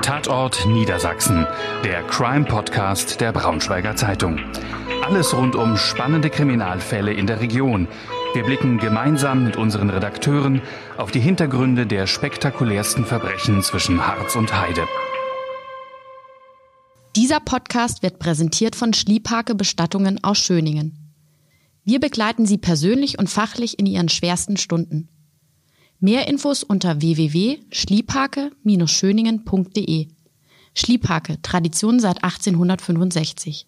Tatort Niedersachsen, der Crime-Podcast der Braunschweiger Zeitung. Alles rund um spannende Kriminalfälle in der Region. Wir blicken gemeinsam mit unseren Redakteuren auf die Hintergründe der spektakulärsten Verbrechen zwischen Harz und Heide. Dieser Podcast wird präsentiert von Schliephake Bestattungen aus Schöningen. Wir begleiten Sie persönlich und fachlich in Ihren schwersten Stunden. Mehr Infos unter www.schliephake-schöningen.de. Schliephake, Tradition seit 1865.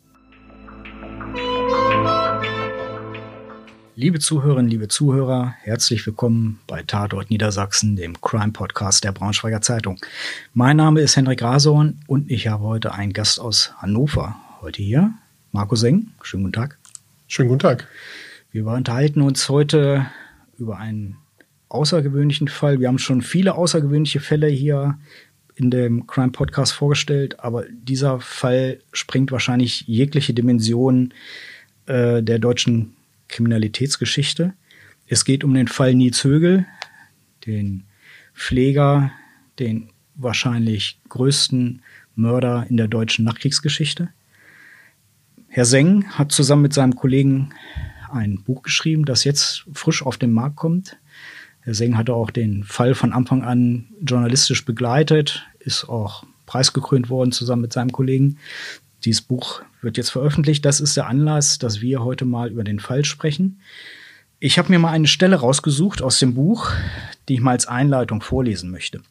Liebe Zuhörerinnen, liebe Zuhörer, herzlich willkommen bei Tatort Niedersachsen, dem Crime-Podcast der Braunschweiger Zeitung. Mein Name ist Henrik Rasorn und ich habe heute einen Gast aus Hannover. Heute hier, Marco Seng. Schönen guten Tag. Schönen guten Tag. Wir unterhalten uns heute über einen außergewöhnlichen Fall. Wir haben schon viele außergewöhnliche Fälle hier in dem Crime-Podcast vorgestellt, aber dieser Fall sprengt wahrscheinlich jegliche Dimension der deutschen Kriminalitätsgeschichte. Es geht um den Fall Nils Högel, den Pfleger, den wahrscheinlich größten Mörder in der deutschen Nachkriegsgeschichte. Herr Seng hat zusammen mit seinem Kollegen ein Buch geschrieben, das jetzt frisch auf den Markt kommt. Herr Seng hatte auch den Fall von Anfang an journalistisch begleitet, ist auch preisgekrönt worden zusammen mit seinem Kollegen. Dieses Buch wird jetzt veröffentlicht. Das ist der Anlass, dass wir heute mal über den Fall sprechen. Ich habe mir mal eine Stelle rausgesucht aus dem Buch, die ich mal als Einleitung vorlesen möchte.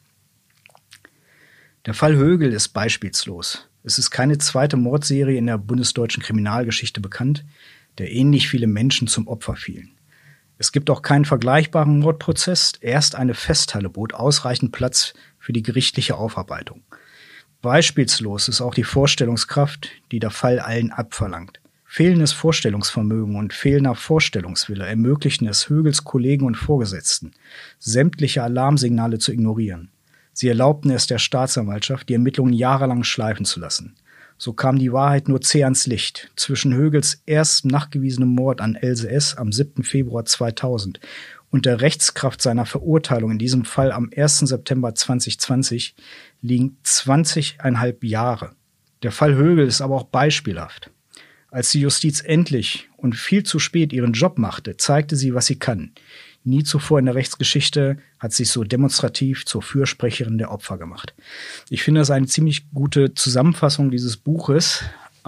Der Fall Högel ist beispielslos. Es ist keine zweite Mordserie in der bundesdeutschen Kriminalgeschichte bekannt, der ähnlich viele Menschen zum Opfer fielen. Es gibt auch keinen vergleichbaren Mordprozess. Erst eine Festhalle bot ausreichend Platz für die gerichtliche Aufarbeitung. Beispielslos ist auch die Vorstellungskraft, die der Fall allen abverlangt. Fehlendes Vorstellungsvermögen und fehlender Vorstellungswille ermöglichten es Högels Kollegen und Vorgesetzten, sämtliche Alarmsignale zu ignorieren. Sie erlaubten es der Staatsanwaltschaft, die Ermittlungen jahrelang schleifen zu lassen. So kam die Wahrheit nur zäh ans Licht. Zwischen Högels ersten nachgewiesenem Mord an Else S. am 7. Februar 2000 und der Rechtskraft seiner Verurteilung in diesem Fall am 1. September 2020 liegen 20,5 Jahre. Der Fall Högel ist aber auch beispielhaft. Als die Justiz endlich und viel zu spät ihren Job machte, zeigte sie, was sie kann. Nie zuvor in der Rechtsgeschichte hat sie sich so demonstrativ zur Fürsprecherin der Opfer gemacht. Ich finde das eine ziemlich gute Zusammenfassung dieses Buches,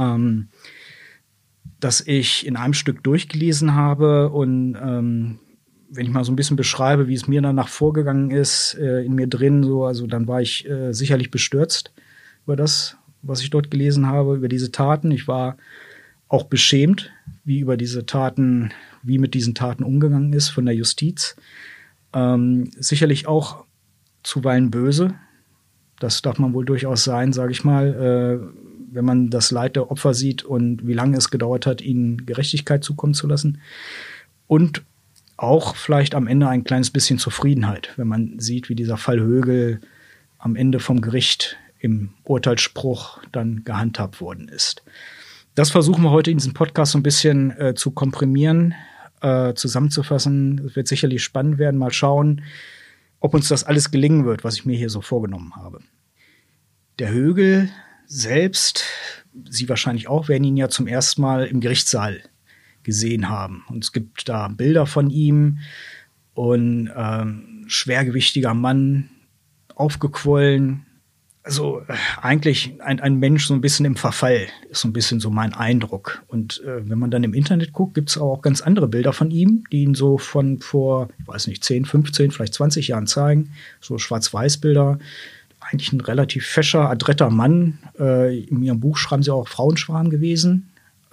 das ich in einem Stück durchgelesen habe. Und wenn ich mal so ein bisschen beschreibe, wie es mir danach vorgegangen ist, in mir drin, also dann war ich sicherlich bestürzt über das, was ich dort gelesen habe, über diese Taten. Ich war auch beschämt, wie mit diesen Taten umgegangen ist von der Justiz. Sicherlich auch zuweilen böse. Das darf man wohl durchaus sein, sage ich mal, wenn man das Leid der Opfer sieht und wie lange es gedauert hat, ihnen Gerechtigkeit zukommen zu lassen. Und auch vielleicht am Ende ein kleines bisschen Zufriedenheit, wenn man sieht, wie dieser Fall Högel am Ende vom Gericht im Urteilsspruch dann gehandhabt worden ist. Das versuchen wir heute in diesem Podcast so ein bisschen zu komprimieren, zusammenzufassen. Es wird sicherlich spannend werden. Mal schauen, ob uns das alles gelingen wird, was ich mir hier so vorgenommen habe. Der Högel selbst, Sie wahrscheinlich auch, werden ihn ja zum ersten Mal im Gerichtssaal gesehen haben. Und es gibt da Bilder von ihm und schwergewichtiger Mann, aufgequollen. Also eigentlich ein Mensch so ein bisschen im Verfall, ist so ein bisschen so mein Eindruck. Und wenn man dann im Internet guckt, gibt es auch ganz andere Bilder von ihm, die ihn so von vor, ich weiß nicht, 10, 15, vielleicht 20 Jahren zeigen. So Schwarz-Weiß-Bilder. Eigentlich ein relativ fescher, adretter Mann. In ihrem Buch schreiben sie auch Frauenschwarm gewesen.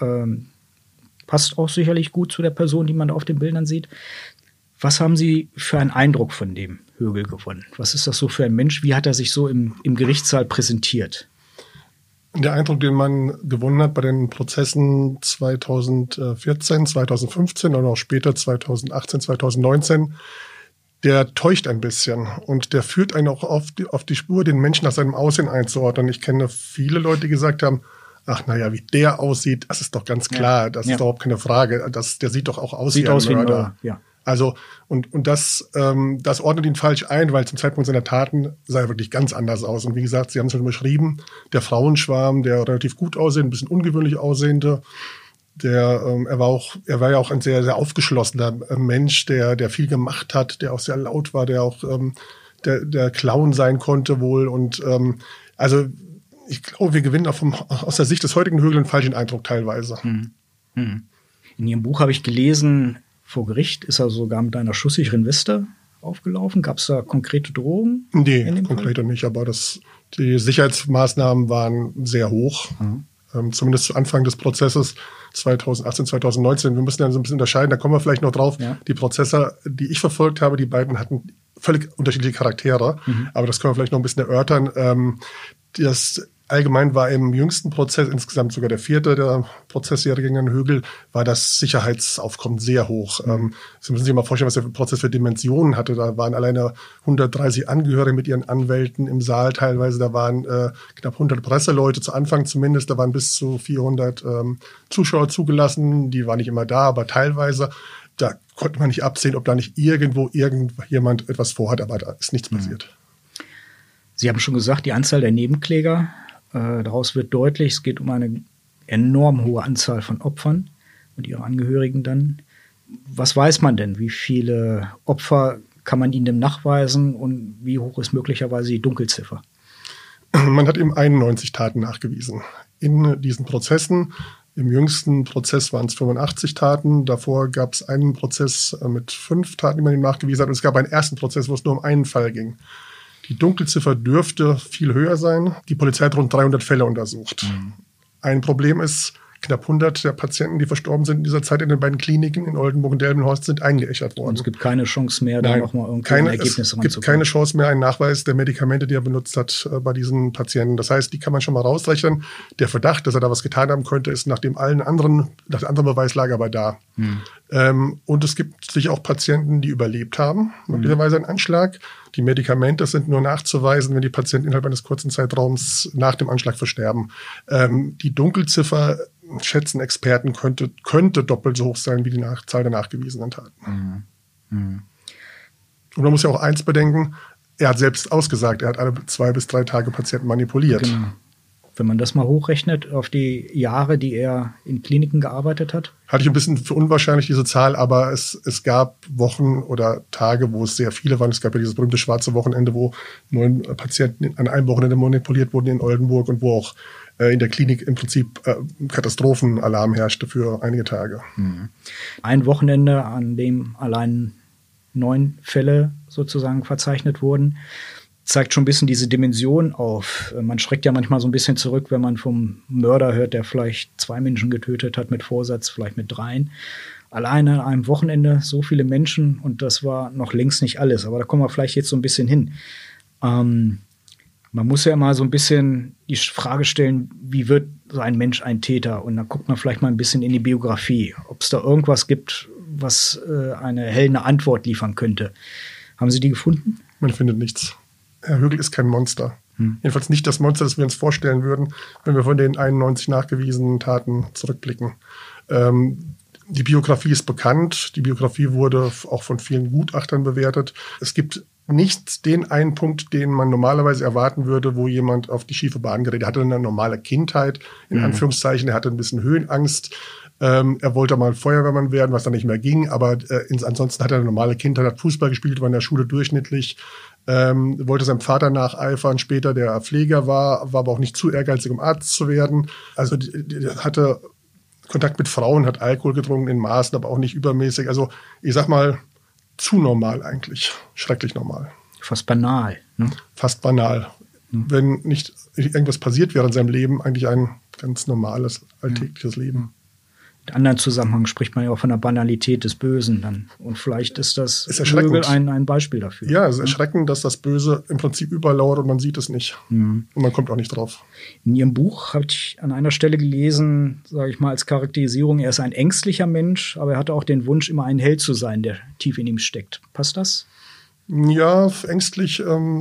Passt auch sicherlich gut zu der Person, die man da auf den Bildern sieht. Was haben Sie für einen Eindruck von dem Högel gewonnen? Was ist das so für ein Mensch? Wie hat er sich so im Gerichtssaal präsentiert? Der Eindruck, den man gewonnen hat bei den Prozessen 2014, 2015 und auch später 2018, 2019, der täuscht ein bisschen und der führt einen auch auf die Spur, den Menschen nach seinem Aussehen einzuordnen. Ich kenne viele Leute, die gesagt haben, ach naja, wie der aussieht, das ist doch ganz klar, das ist doch überhaupt keine Frage. Der sieht doch auch aus wie ein Mörder. Ja. Also, und das ordnet ihn falsch ein, weil zum Zeitpunkt seiner Taten sah er wirklich ganz anders aus. Und wie gesagt, Sie haben es schon beschrieben, der Frauenschwarm, der relativ gut aussehende, ein bisschen ungewöhnlich aussehende, er war ja auch ein sehr, sehr aufgeschlossener Mensch, der viel gemacht hat, der auch sehr laut war, der auch der Clown sein konnte wohl. Und also ich glaube, wir gewinnen auch aus der Sicht des heutigen Högel einen falschen Eindruck teilweise. In Ihrem Buch habe ich gelesen, vor Gericht ist er sogar mit einer schusssicheren Weste aufgelaufen. Gab es da konkrete Drohungen? Nee, konkrete nicht, aber die Sicherheitsmaßnahmen waren sehr hoch. Zumindest zu Anfang des Prozesses 2018, 2019. Wir müssen dann so ein bisschen unterscheiden, da kommen wir vielleicht noch drauf. Ja. Die Prozesse, die ich verfolgt habe, die beiden hatten völlig unterschiedliche Charaktere. Aber das können wir vielleicht noch ein bisschen erörtern. Das allgemein war im jüngsten Prozess, insgesamt sogar der 4. der Prozessserie gegen Herrn Högel, war das Sicherheitsaufkommen sehr hoch. Sie müssen sich mal vorstellen, was der Prozess für Dimensionen hatte. Da waren alleine 130 Angehörige mit ihren Anwälten im Saal teilweise. Da waren knapp 100 Presseleute, zu Anfang zumindest. Da waren bis zu 400 Zuschauer zugelassen. Die waren nicht immer da, aber teilweise. Da konnte man nicht absehen, ob da nicht irgendjemand etwas vorhat, aber da ist nichts passiert. Sie haben schon gesagt, die Anzahl der Nebenkläger, daraus wird deutlich, es geht um eine enorm hohe Anzahl von Opfern und ihre Angehörigen dann. Was weiß man denn? Wie viele Opfer kann man ihnen denn nachweisen und wie hoch ist möglicherweise die Dunkelziffer? Man hat ihm 91 Taten nachgewiesen. In diesen Prozessen, im jüngsten Prozess waren es 85 Taten. Davor gab es einen Prozess mit 5 Taten, die man ihm nachgewiesen hat. Und es gab einen ersten Prozess, wo es nur um einen Fall ging. Die Dunkelziffer dürfte viel höher sein. Die Polizei hat rund 300 Fälle untersucht. Ein Problem ist, knapp 100 der Patienten, die verstorben sind in dieser Zeit in den beiden Kliniken in Oldenburg und Delmenhorst, sind eingeäschert worden. Und es gibt keine Chance mehr, da nochmal irgendwie ein Ergebnis ranzukommen. Es gibt keine Chance mehr, einen Nachweis der Medikamente, die er benutzt hat bei diesen Patienten. Das heißt, die kann man schon mal rausrechnen. Der Verdacht, dass er da was getan haben könnte, ist nach der anderen Beweislage aber da. Und es gibt sicher auch Patienten, die überlebt haben, möglicherweise einen Anschlag. Die Medikamente sind nur nachzuweisen, wenn die Patienten innerhalb eines kurzen Zeitraums nach dem Anschlag versterben. Die Dunkelziffer, schätzen Experten, könnte doppelt so hoch sein wie die Zahl der nachgewiesenen Taten. Und man muss ja auch eins bedenken, er hat selbst ausgesagt, er hat alle 2 bis 3 Tage Patienten manipuliert. Genau. Wenn man das mal hochrechnet auf die Jahre, die er in Kliniken gearbeitet hat? Halte ich ein bisschen für unwahrscheinlich, diese Zahl, aber es gab Wochen oder Tage, wo es sehr viele waren. Es gab ja dieses berühmte schwarze Wochenende, wo 9 Patienten an einem Wochenende manipuliert wurden in Oldenburg und wo auch in der Klinik im Prinzip Katastrophenalarm herrschte für einige Tage. Ein Wochenende, an dem allein 9 Fälle sozusagen verzeichnet wurden, zeigt schon ein bisschen diese Dimension auf. Man schreckt ja manchmal so ein bisschen zurück, wenn man vom Mörder hört, der vielleicht 2 Menschen getötet hat mit Vorsatz, vielleicht mit 3. Alleine an einem Wochenende so viele Menschen und das war noch längst nicht alles. Aber da kommen wir vielleicht jetzt so ein bisschen hin. Man muss ja immer so ein bisschen die Frage stellen, wie wird so ein Mensch ein Täter? Und dann guckt man vielleicht mal ein bisschen in die Biografie, ob es da irgendwas gibt, was eine hellende Antwort liefern könnte. Haben Sie die gefunden? Man findet nichts. Herr Högel ist kein Monster. Jedenfalls nicht das Monster, das wir uns vorstellen würden, wenn wir von den 91 nachgewiesenen Taten zurückblicken. Die Biografie ist bekannt. Die Biografie wurde auch von vielen Gutachtern bewertet. Es gibt nicht den einen Punkt, den man normalerweise erwarten würde, wo jemand auf die schiefe Bahn gerät. Er hatte eine normale Kindheit, in Anführungszeichen. Er hatte ein bisschen Höhenangst. Er wollte mal Feuerwehrmann werden, was dann nicht mehr ging. Aber ansonsten hat er eine normale Kindheit, hat Fußball gespielt, war in der Schule durchschnittlich. Wollte seinem Vater nacheifern, später der Pfleger war aber auch nicht zu ehrgeizig, um Arzt zu werden. Also der hatte Kontakt mit Frauen, hat Alkohol getrunken in Maßen, aber auch nicht übermäßig. Also ich sag mal, zu normal eigentlich. Schrecklich normal. Fast banal. Ne? Fast banal. Wenn nicht irgendwas passiert wäre in seinem Leben, eigentlich ein ganz normales, alltägliches Leben. In anderen Zusammenhang spricht man ja auch von der Banalität des Bösen dann. Und vielleicht ist das Högel ein Beispiel dafür. Ja, es ist erschreckend, dass das Böse im Prinzip überall lauert und man sieht es nicht. Und man kommt auch nicht drauf. In Ihrem Buch habe ich an einer Stelle gelesen, sage ich mal als Charakterisierung, er ist ein ängstlicher Mensch, aber er hatte auch den Wunsch, immer ein Held zu sein, der tief in ihm steckt. Passt das? Ja, ängstlich.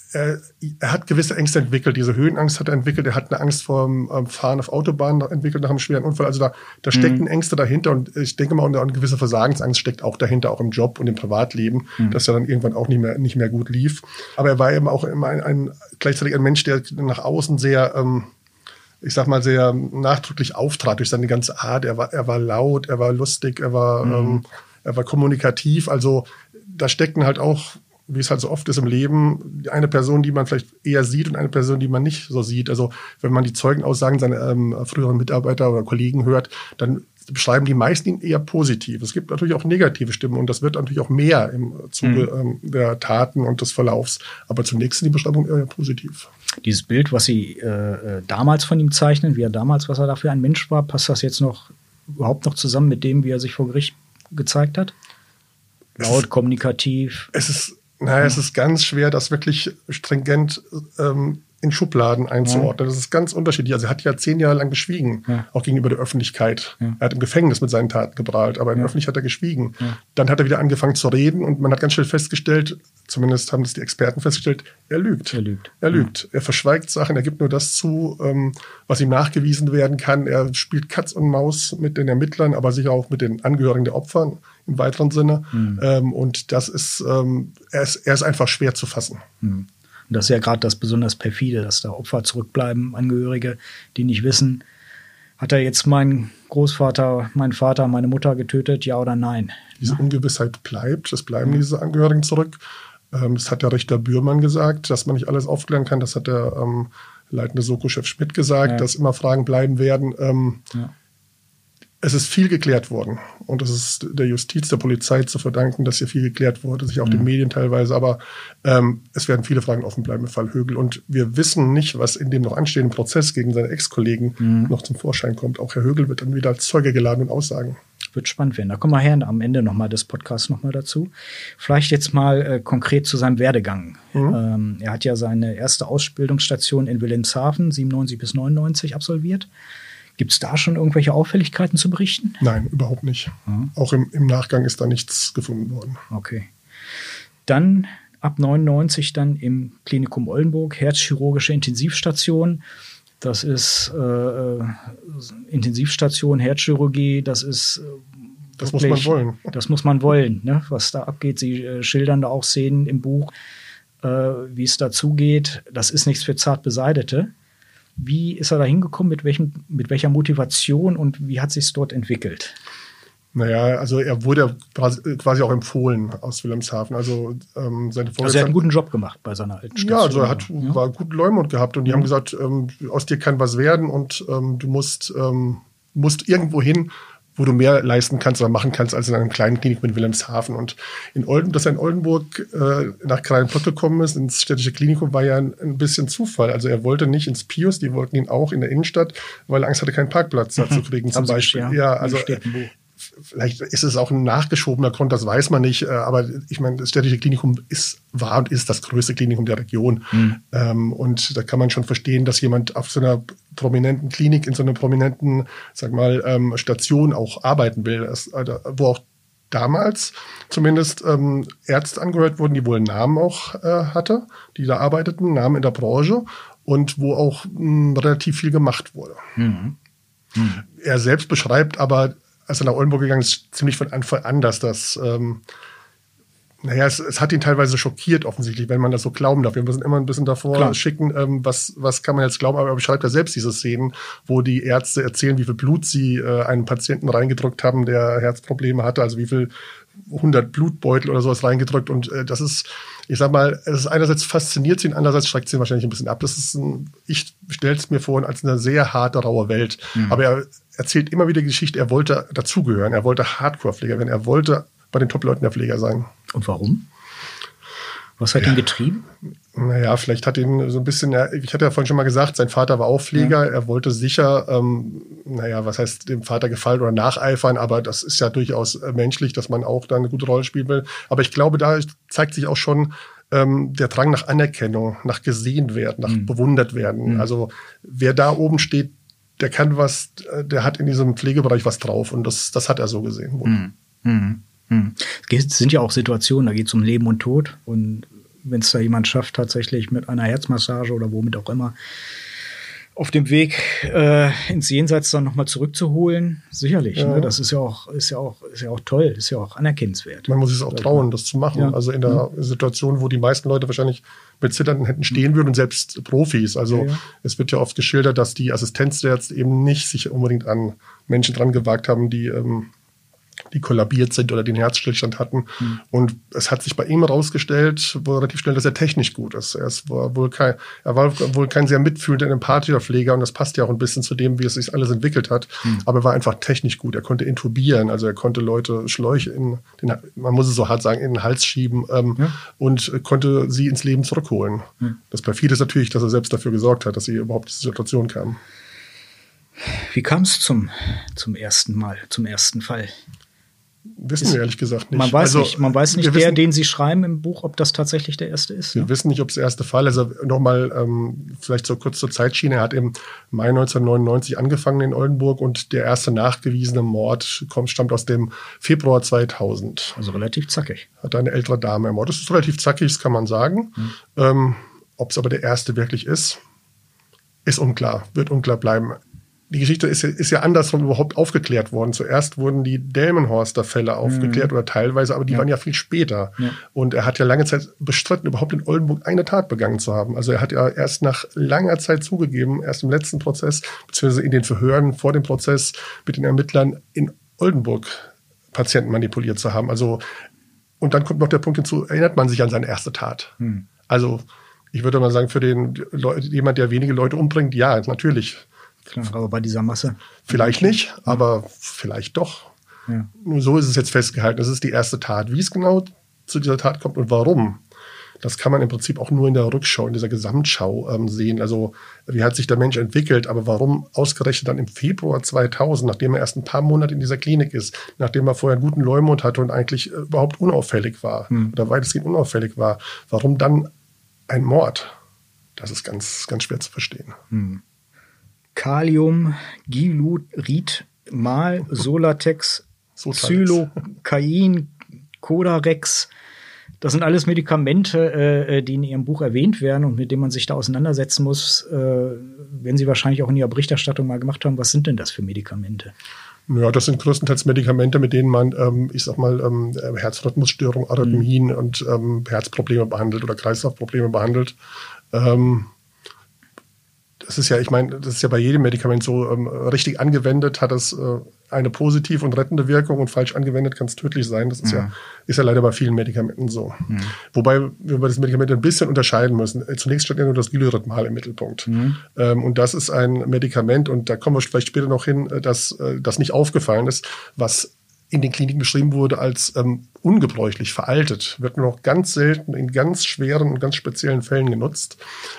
er hat gewisse Ängste entwickelt. Diese Höhenangst hat er entwickelt. Er hat eine Angst vor dem Fahren auf Autobahnen entwickelt nach einem schweren Unfall. Also da stecken Ängste dahinter. Und ich denke mal, eine gewisse Versagensangst steckt auch dahinter, auch im Job und im Privatleben, dass er dann irgendwann auch nicht mehr gut lief. Aber er war eben auch immer gleichzeitig ein Mensch, der nach außen sehr, ich sag mal, sehr nachdrücklich auftrat durch seine ganze Art. Er war laut, er war lustig, er war kommunikativ. Also da steckten halt auch, wie es halt so oft ist im Leben, eine Person, die man vielleicht eher sieht und eine Person, die man nicht so sieht. Also wenn man die Zeugenaussagen seiner früheren Mitarbeiter oder Kollegen hört, dann beschreiben die meisten ihn eher positiv. Es gibt natürlich auch negative Stimmen und das wird natürlich auch mehr im Zuge der Taten und des Verlaufs. Aber zunächst sind die Beschreibungen eher positiv. Dieses Bild, was Sie damals von ihm zeichnen, was er da für ein Mensch war, passt das jetzt überhaupt noch zusammen mit dem, wie er sich vor Gericht gezeigt hat? Laut, kommunikativ? Es ist ganz schwer, das wirklich stringent in Schubladen einzuordnen. Das ist ganz unterschiedlich. Also er hat ja 10 Jahre lang geschwiegen, auch gegenüber der Öffentlichkeit. Er hat im Gefängnis mit seinen Taten geprahlt, aber in der Öffentlichkeit hat er geschwiegen. Dann hat er wieder angefangen zu reden und man hat ganz schnell festgestellt, zumindest haben das die Experten festgestellt, er lügt. Er lügt. Er verschweigt Sachen, er gibt nur das zu, was ihm nachgewiesen werden kann. Er spielt Katz und Maus mit den Ermittlern, aber sicher auch mit den Angehörigen der Opfer im weiteren Sinne. Und das ist, er ist einfach schwer zu fassen. Und das ist ja gerade das besonders perfide, dass da Opfer zurückbleiben, Angehörige, die nicht wissen, hat er jetzt meinen Großvater, meinen Vater, meine Mutter getötet, ja oder nein? Diese Ungewissheit bleibt, es bleiben diese Angehörigen zurück. Das hat der Richter Bührmann gesagt, dass man nicht alles aufklären kann. Das hat der leitende Soko-Chef Schmidt gesagt, dass immer Fragen bleiben werden. Es ist viel geklärt worden und es ist der Justiz, der Polizei zu verdanken, dass hier viel geklärt wurde, sich auch den Medien teilweise, aber es werden viele Fragen offen bleiben im Fall Högel und wir wissen nicht, was in dem noch anstehenden Prozess gegen seine Ex-Kollegen noch zum Vorschein kommt. Auch Herr Högel wird dann wieder als Zeuge geladen und aussagen. Wird spannend werden. Da kommen wir her am Ende nochmal des Podcasts nochmal dazu. Vielleicht jetzt mal konkret zu seinem Werdegang. Er hat ja seine erste Ausbildungsstation in Wilhelmshaven 97 bis 99 absolviert. Gibt es da schon irgendwelche Auffälligkeiten zu berichten? Nein, überhaupt nicht. Auch im Nachgang ist da nichts gefunden worden. Okay. Dann ab 99 dann im Klinikum Oldenburg, herzchirurgische Intensivstation. Das ist Intensivstation, Herzchirurgie, das ist das wirklich, muss man wollen. Das muss man wollen, ne? Was da abgeht. Sie schildern da auch Szenen im Buch, wie es dazugeht. Das ist nichts für zart Beseitete. Wie ist er da hingekommen? Mit welcher Motivation und wie hat sich es dort entwickelt? Naja, also er wurde quasi auch empfohlen aus Wilhelmshaven. Also seine Vorgesetzten. Also er hat einen guten Job gemacht bei seiner alten Station. Ja, also er war gut Leumund gehabt und die haben gesagt, aus dir kann was werden und du musst irgendwo hin, wo du mehr leisten kannst oder machen kannst als in einem kleinen Klinikum in Wilhelmshaven. Und dass er in Oldenburg nach Krallenpott gekommen ist, ins städtische Klinikum, war ja ein bisschen Zufall. Also er wollte nicht ins Pius, die wollten ihn auch in der Innenstadt, weil er Angst hatte, keinen Parkplatz da zu kriegen zum Beispiel. Ja, also vielleicht ist es auch ein nachgeschobener Grund, das weiß man nicht. Aber ich meine, das städtische Klinikum war und ist das größte Klinikum der Region. Und da kann man schon verstehen, dass jemand auf so einer prominenten Klinik, in so einer prominenten, Station auch arbeiten will. Wo auch damals zumindest Ärzte angehört wurden, die wohl einen Namen auch hatte, die da arbeiteten, Namen in der Branche und wo auch relativ viel gemacht wurde. Er selbst beschreibt aber, als er nach Oldenburg gegangen ist, ziemlich von Anfang an, dass das, es hat ihn teilweise schockiert offensichtlich, wenn man das so glauben darf. Wir müssen immer ein bisschen davor schicken, was kann man jetzt glauben, aber er beschreibt ja selbst diese Szenen, wo die Ärzte erzählen, wie viel Blut sie einen Patienten reingedrückt haben, der Herzprobleme hatte, also wie viel 100 Blutbeutel oder sowas reingedrückt und das ist, ich sag mal, es ist einerseits fasziniert sie, andererseits schreckt sie wahrscheinlich ein bisschen ab. Ich stelle es mir vor als eine sehr harte, raue Welt. Aber er erzählt immer wieder die Geschichte, er wollte dazugehören, er wollte Hardcore-Pfleger werden, er wollte bei den Top-Leuten der Pfleger sein. Und warum? Was hat ihn getrieben? Naja, vielleicht hat ihn so ein bisschen, ich hatte ja vorhin schon mal gesagt, sein Vater war auch Pfleger, er wollte sicher, was heißt dem Vater gefallen oder nacheifern, aber das ist ja durchaus menschlich, dass man auch da eine gute Rolle spielen will. Aber ich glaube, da zeigt sich auch schon der Drang nach Anerkennung, nach gesehen werden, nach bewundert werden. Also wer da oben steht, der kann was, der hat in diesem Pflegebereich was drauf und das hat er so gesehen. Es sind ja auch Situationen, da geht es um Leben und Tod und wenn es da jemand schafft, tatsächlich mit einer Herzmassage oder womit auch immer auf dem Weg ins Jenseits dann nochmal zurückzuholen, sicherlich. Ja. Ne? Das ist ja auch toll, ist ja auch anerkennenswert. Man muss es auch trauen, das zu machen. Ja. Also in der Situation, wo die meisten Leute wahrscheinlich mit zitternden Händen stehen würden und selbst Profis. Also es wird ja oft geschildert, dass die Assistenzärzte eben nicht sich unbedingt an Menschen dran gewagt haben, die kollabiert sind oder den Herzstillstand hatten. Und es hat sich bei ihm herausgestellt, relativ schnell, dass er technisch gut ist. Er war wohl kein sehr mitfühlender, empathischer Pfleger und das passt ja auch ein bisschen zu dem, wie es sich alles entwickelt hat. Aber er war einfach technisch gut. Er konnte intubieren, also er konnte Leute Schläuche man muss es so hart sagen, in den Hals schieben und konnte sie ins Leben zurückholen. Das perfide ist natürlich, dass er selbst dafür gesorgt hat, dass sie überhaupt in diese Situation kamen. Wie kam es zum ersten Fall? Wissen wir ehrlich gesagt nicht. Man weiß nicht, den Sie schreiben im Buch, ob das tatsächlich der erste ist. Wir wissen nicht, ob es der erste Fall ist. Also nochmal, vielleicht so kurz zur Zeitschiene. Er hat im Mai 1999 angefangen in Oldenburg und der erste nachgewiesene Mord stammt aus dem Februar 2000. Also relativ zackig. Hat eine ältere Dame ermordet. Das ist relativ zackig, das kann man sagen. Ob es aber der erste wirklich ist unklar, wird unklar bleiben. Die Geschichte ist ja andersrum überhaupt aufgeklärt worden. Zuerst wurden die Delmenhorster Fälle aufgeklärt oder teilweise, aber die waren ja viel später. Ja. Und er hat ja lange Zeit bestritten, überhaupt in Oldenburg eine Tat begangen zu haben. Also er hat ja erst nach langer Zeit zugegeben, erst im letzten Prozess, beziehungsweise in den Verhören vor dem Prozess mit den Ermittlern in Oldenburg Patienten manipuliert zu haben. Also, und dann kommt noch der Punkt hinzu, erinnert man sich an seine erste Tat. Also, ich würde mal sagen, für jemand, der wenige Leute umbringt, ja, natürlich. Klar, aber bei dieser Masse? Vielleicht nicht, aber vielleicht doch. Ja. Nur so ist es jetzt festgehalten. Das ist die erste Tat. Wie es genau zu dieser Tat kommt und warum, das kann man im Prinzip auch nur in der Rückschau, in dieser Gesamtschau sehen. Also wie hat sich der Mensch entwickelt, aber warum ausgerechnet dann im Februar 2000, nachdem er erst ein paar Monate in dieser Klinik ist, nachdem er vorher einen guten Leumund hatte und eigentlich überhaupt unauffällig war oder weitestgehend unauffällig war, warum dann ein Mord? Das ist ganz, ganz schwer zu verstehen. Kalium, Gilurid, Mal, Solatex, Xylocain, Codarex. Das sind alles Medikamente, die in Ihrem Buch erwähnt werden und mit denen man sich da auseinandersetzen muss, wenn Sie wahrscheinlich auch in Ihrer Berichterstattung mal gemacht haben. Was sind denn das für Medikamente? Ja, das sind größtenteils Medikamente, mit denen man, Herzrhythmusstörungen, Arrhythmien und Herzprobleme behandelt oder Kreislaufprobleme behandelt. Das ist ja bei jedem Medikament so, richtig angewendet hat es eine positive und rettende Wirkung und falsch angewendet kann es tödlich sein. Das ist ja leider bei vielen Medikamenten so. Wobei wir bei diesen Medikamenten ein bisschen unterscheiden müssen. Zunächst steht ja nur das Glyrytmal im Mittelpunkt. Und das ist ein Medikament, und da kommen wir vielleicht später noch hin, dass das nicht aufgefallen ist, was in den Kliniken beschrieben wurde als ungebräuchlich, veraltet. Wird nur noch ganz selten in ganz schweren und ganz speziellen Fällen genutzt.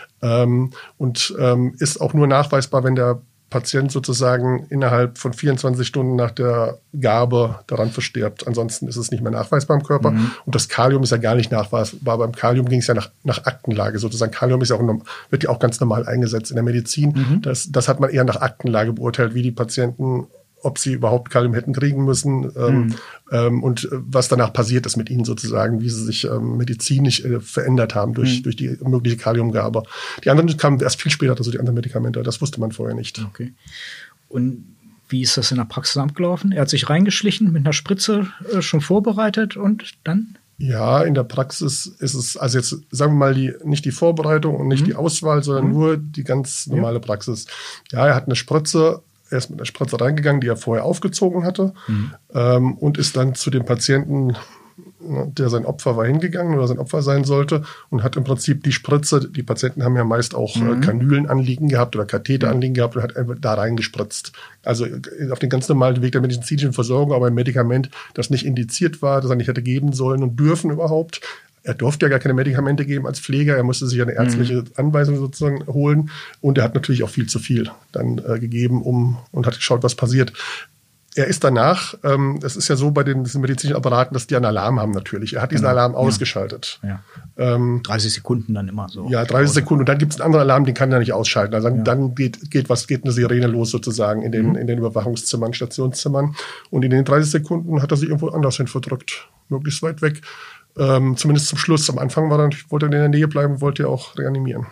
Und ist auch nur nachweisbar, wenn der Patient sozusagen innerhalb von 24 Stunden nach der Gabe daran verstirbt. Ansonsten ist es nicht mehr nachweisbar im Körper. Und das Kalium ist ja gar nicht nachweisbar. Beim Kalium ging es ja nach Aktenlage sozusagen. Kalium ist ja auch, wird ja auch ganz normal eingesetzt in der Medizin. Das hat man eher nach Aktenlage beurteilt, wie die Patienten, ob sie überhaupt Kalium hätten kriegen müssen und was danach passiert ist mit ihnen sozusagen, wie sie sich medizinisch verändert haben durch die mögliche Kaliumgabe. Die anderen kamen erst viel später, also die anderen Medikamente, das wusste man vorher nicht. Okay. Und wie ist das in der Praxis abgelaufen? Er hat sich reingeschlichen mit einer Spritze schon vorbereitet und dann? Ja, in der Praxis ist es, also jetzt sagen wir mal nicht die Vorbereitung und nicht die Auswahl, sondern nur die ganz normale Praxis. Ja, er hat eine Spritze. Er ist mit einer Spritze reingegangen, die er vorher aufgezogen hatte, und ist dann zu dem Patienten, der sein Opfer war, hingegangen oder sein Opfer sein sollte und hat im Prinzip die Spritze, die Patienten haben ja meist auch Kanülen anliegen gehabt oder Katheter anliegen gehabt und hat einfach da reingespritzt. Also auf den ganz normalen Weg der medizinischen Versorgung, aber ein Medikament, das nicht indiziert war, das er nicht hätte geben sollen und dürfen überhaupt. Er durfte ja gar keine Medikamente geben als Pfleger. Er musste sich eine ärztliche Anweisung sozusagen holen. Und er hat natürlich auch viel zu viel dann gegeben und hat geschaut, was passiert. Er ist danach, das ist ja so bei diesen medizinischen Apparaten, dass die einen Alarm haben natürlich. Er hat diesen Alarm ausgeschaltet. Ja. 30 Sekunden dann immer so. Ja, 30 Sekunden. Und dann gibt es einen anderen Alarm, den kann er nicht ausschalten. Also dann geht eine Sirene los sozusagen in den Überwachungszimmern, Stationszimmern. Und in den 30 Sekunden hat er sich irgendwo anders hin verdrückt. Möglichst weit weg. Zumindest zum Schluss. Am Anfang wollte er in der Nähe bleiben und wollte auch reanimieren.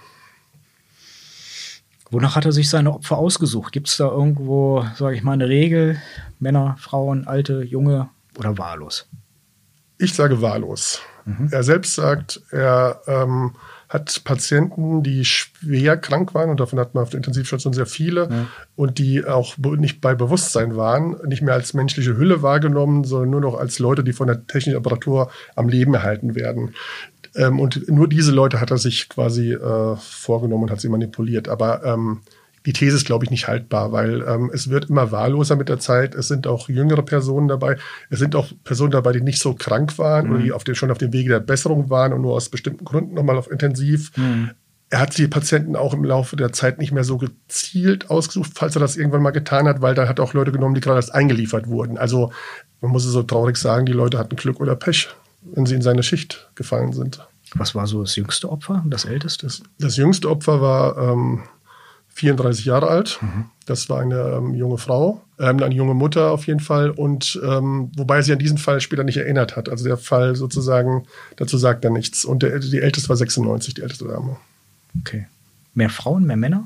Wonach hat er sich seine Opfer ausgesucht? Gibt es da irgendwo, sage ich mal, eine Regel? Männer, Frauen, Alte, Junge oder wahllos? Ich sage wahllos. Er selbst sagt, er hat Patienten, die schwer krank waren, und davon hat man auf der Intensivstation sehr viele, und die auch nicht bei Bewusstsein waren, nicht mehr als menschliche Hülle wahrgenommen, sondern nur noch als Leute, die von der technischen Apparatur am Leben erhalten werden. Und nur diese Leute hat er sich quasi vorgenommen und hat sie manipuliert. Aber die These ist, glaube ich, nicht haltbar, weil es wird immer wahlloser mit der Zeit. Es sind auch jüngere Personen dabei. Es sind auch Personen dabei, die nicht so krank waren oder die schon auf dem Wege der Besserung waren und nur aus bestimmten Gründen nochmal auf Intensiv. Er hat die Patienten auch im Laufe der Zeit nicht mehr so gezielt ausgesucht, falls er das irgendwann mal getan hat, weil da hat er auch Leute genommen, die gerade erst eingeliefert wurden. Also man muss es so traurig sagen, die Leute hatten Glück oder Pech, wenn sie in seine Schicht gefallen sind. Was war so das jüngste Opfer und das älteste? Das jüngste Opfer war 34 Jahre alt. Das war eine junge Frau, eine junge Mutter auf jeden Fall. Und wobei sie an diesen Fall später nicht erinnert hat. Also der Fall sozusagen, dazu sagt er nichts. Und die älteste war 96, die älteste Dame. Okay. Mehr Frauen, mehr Männer?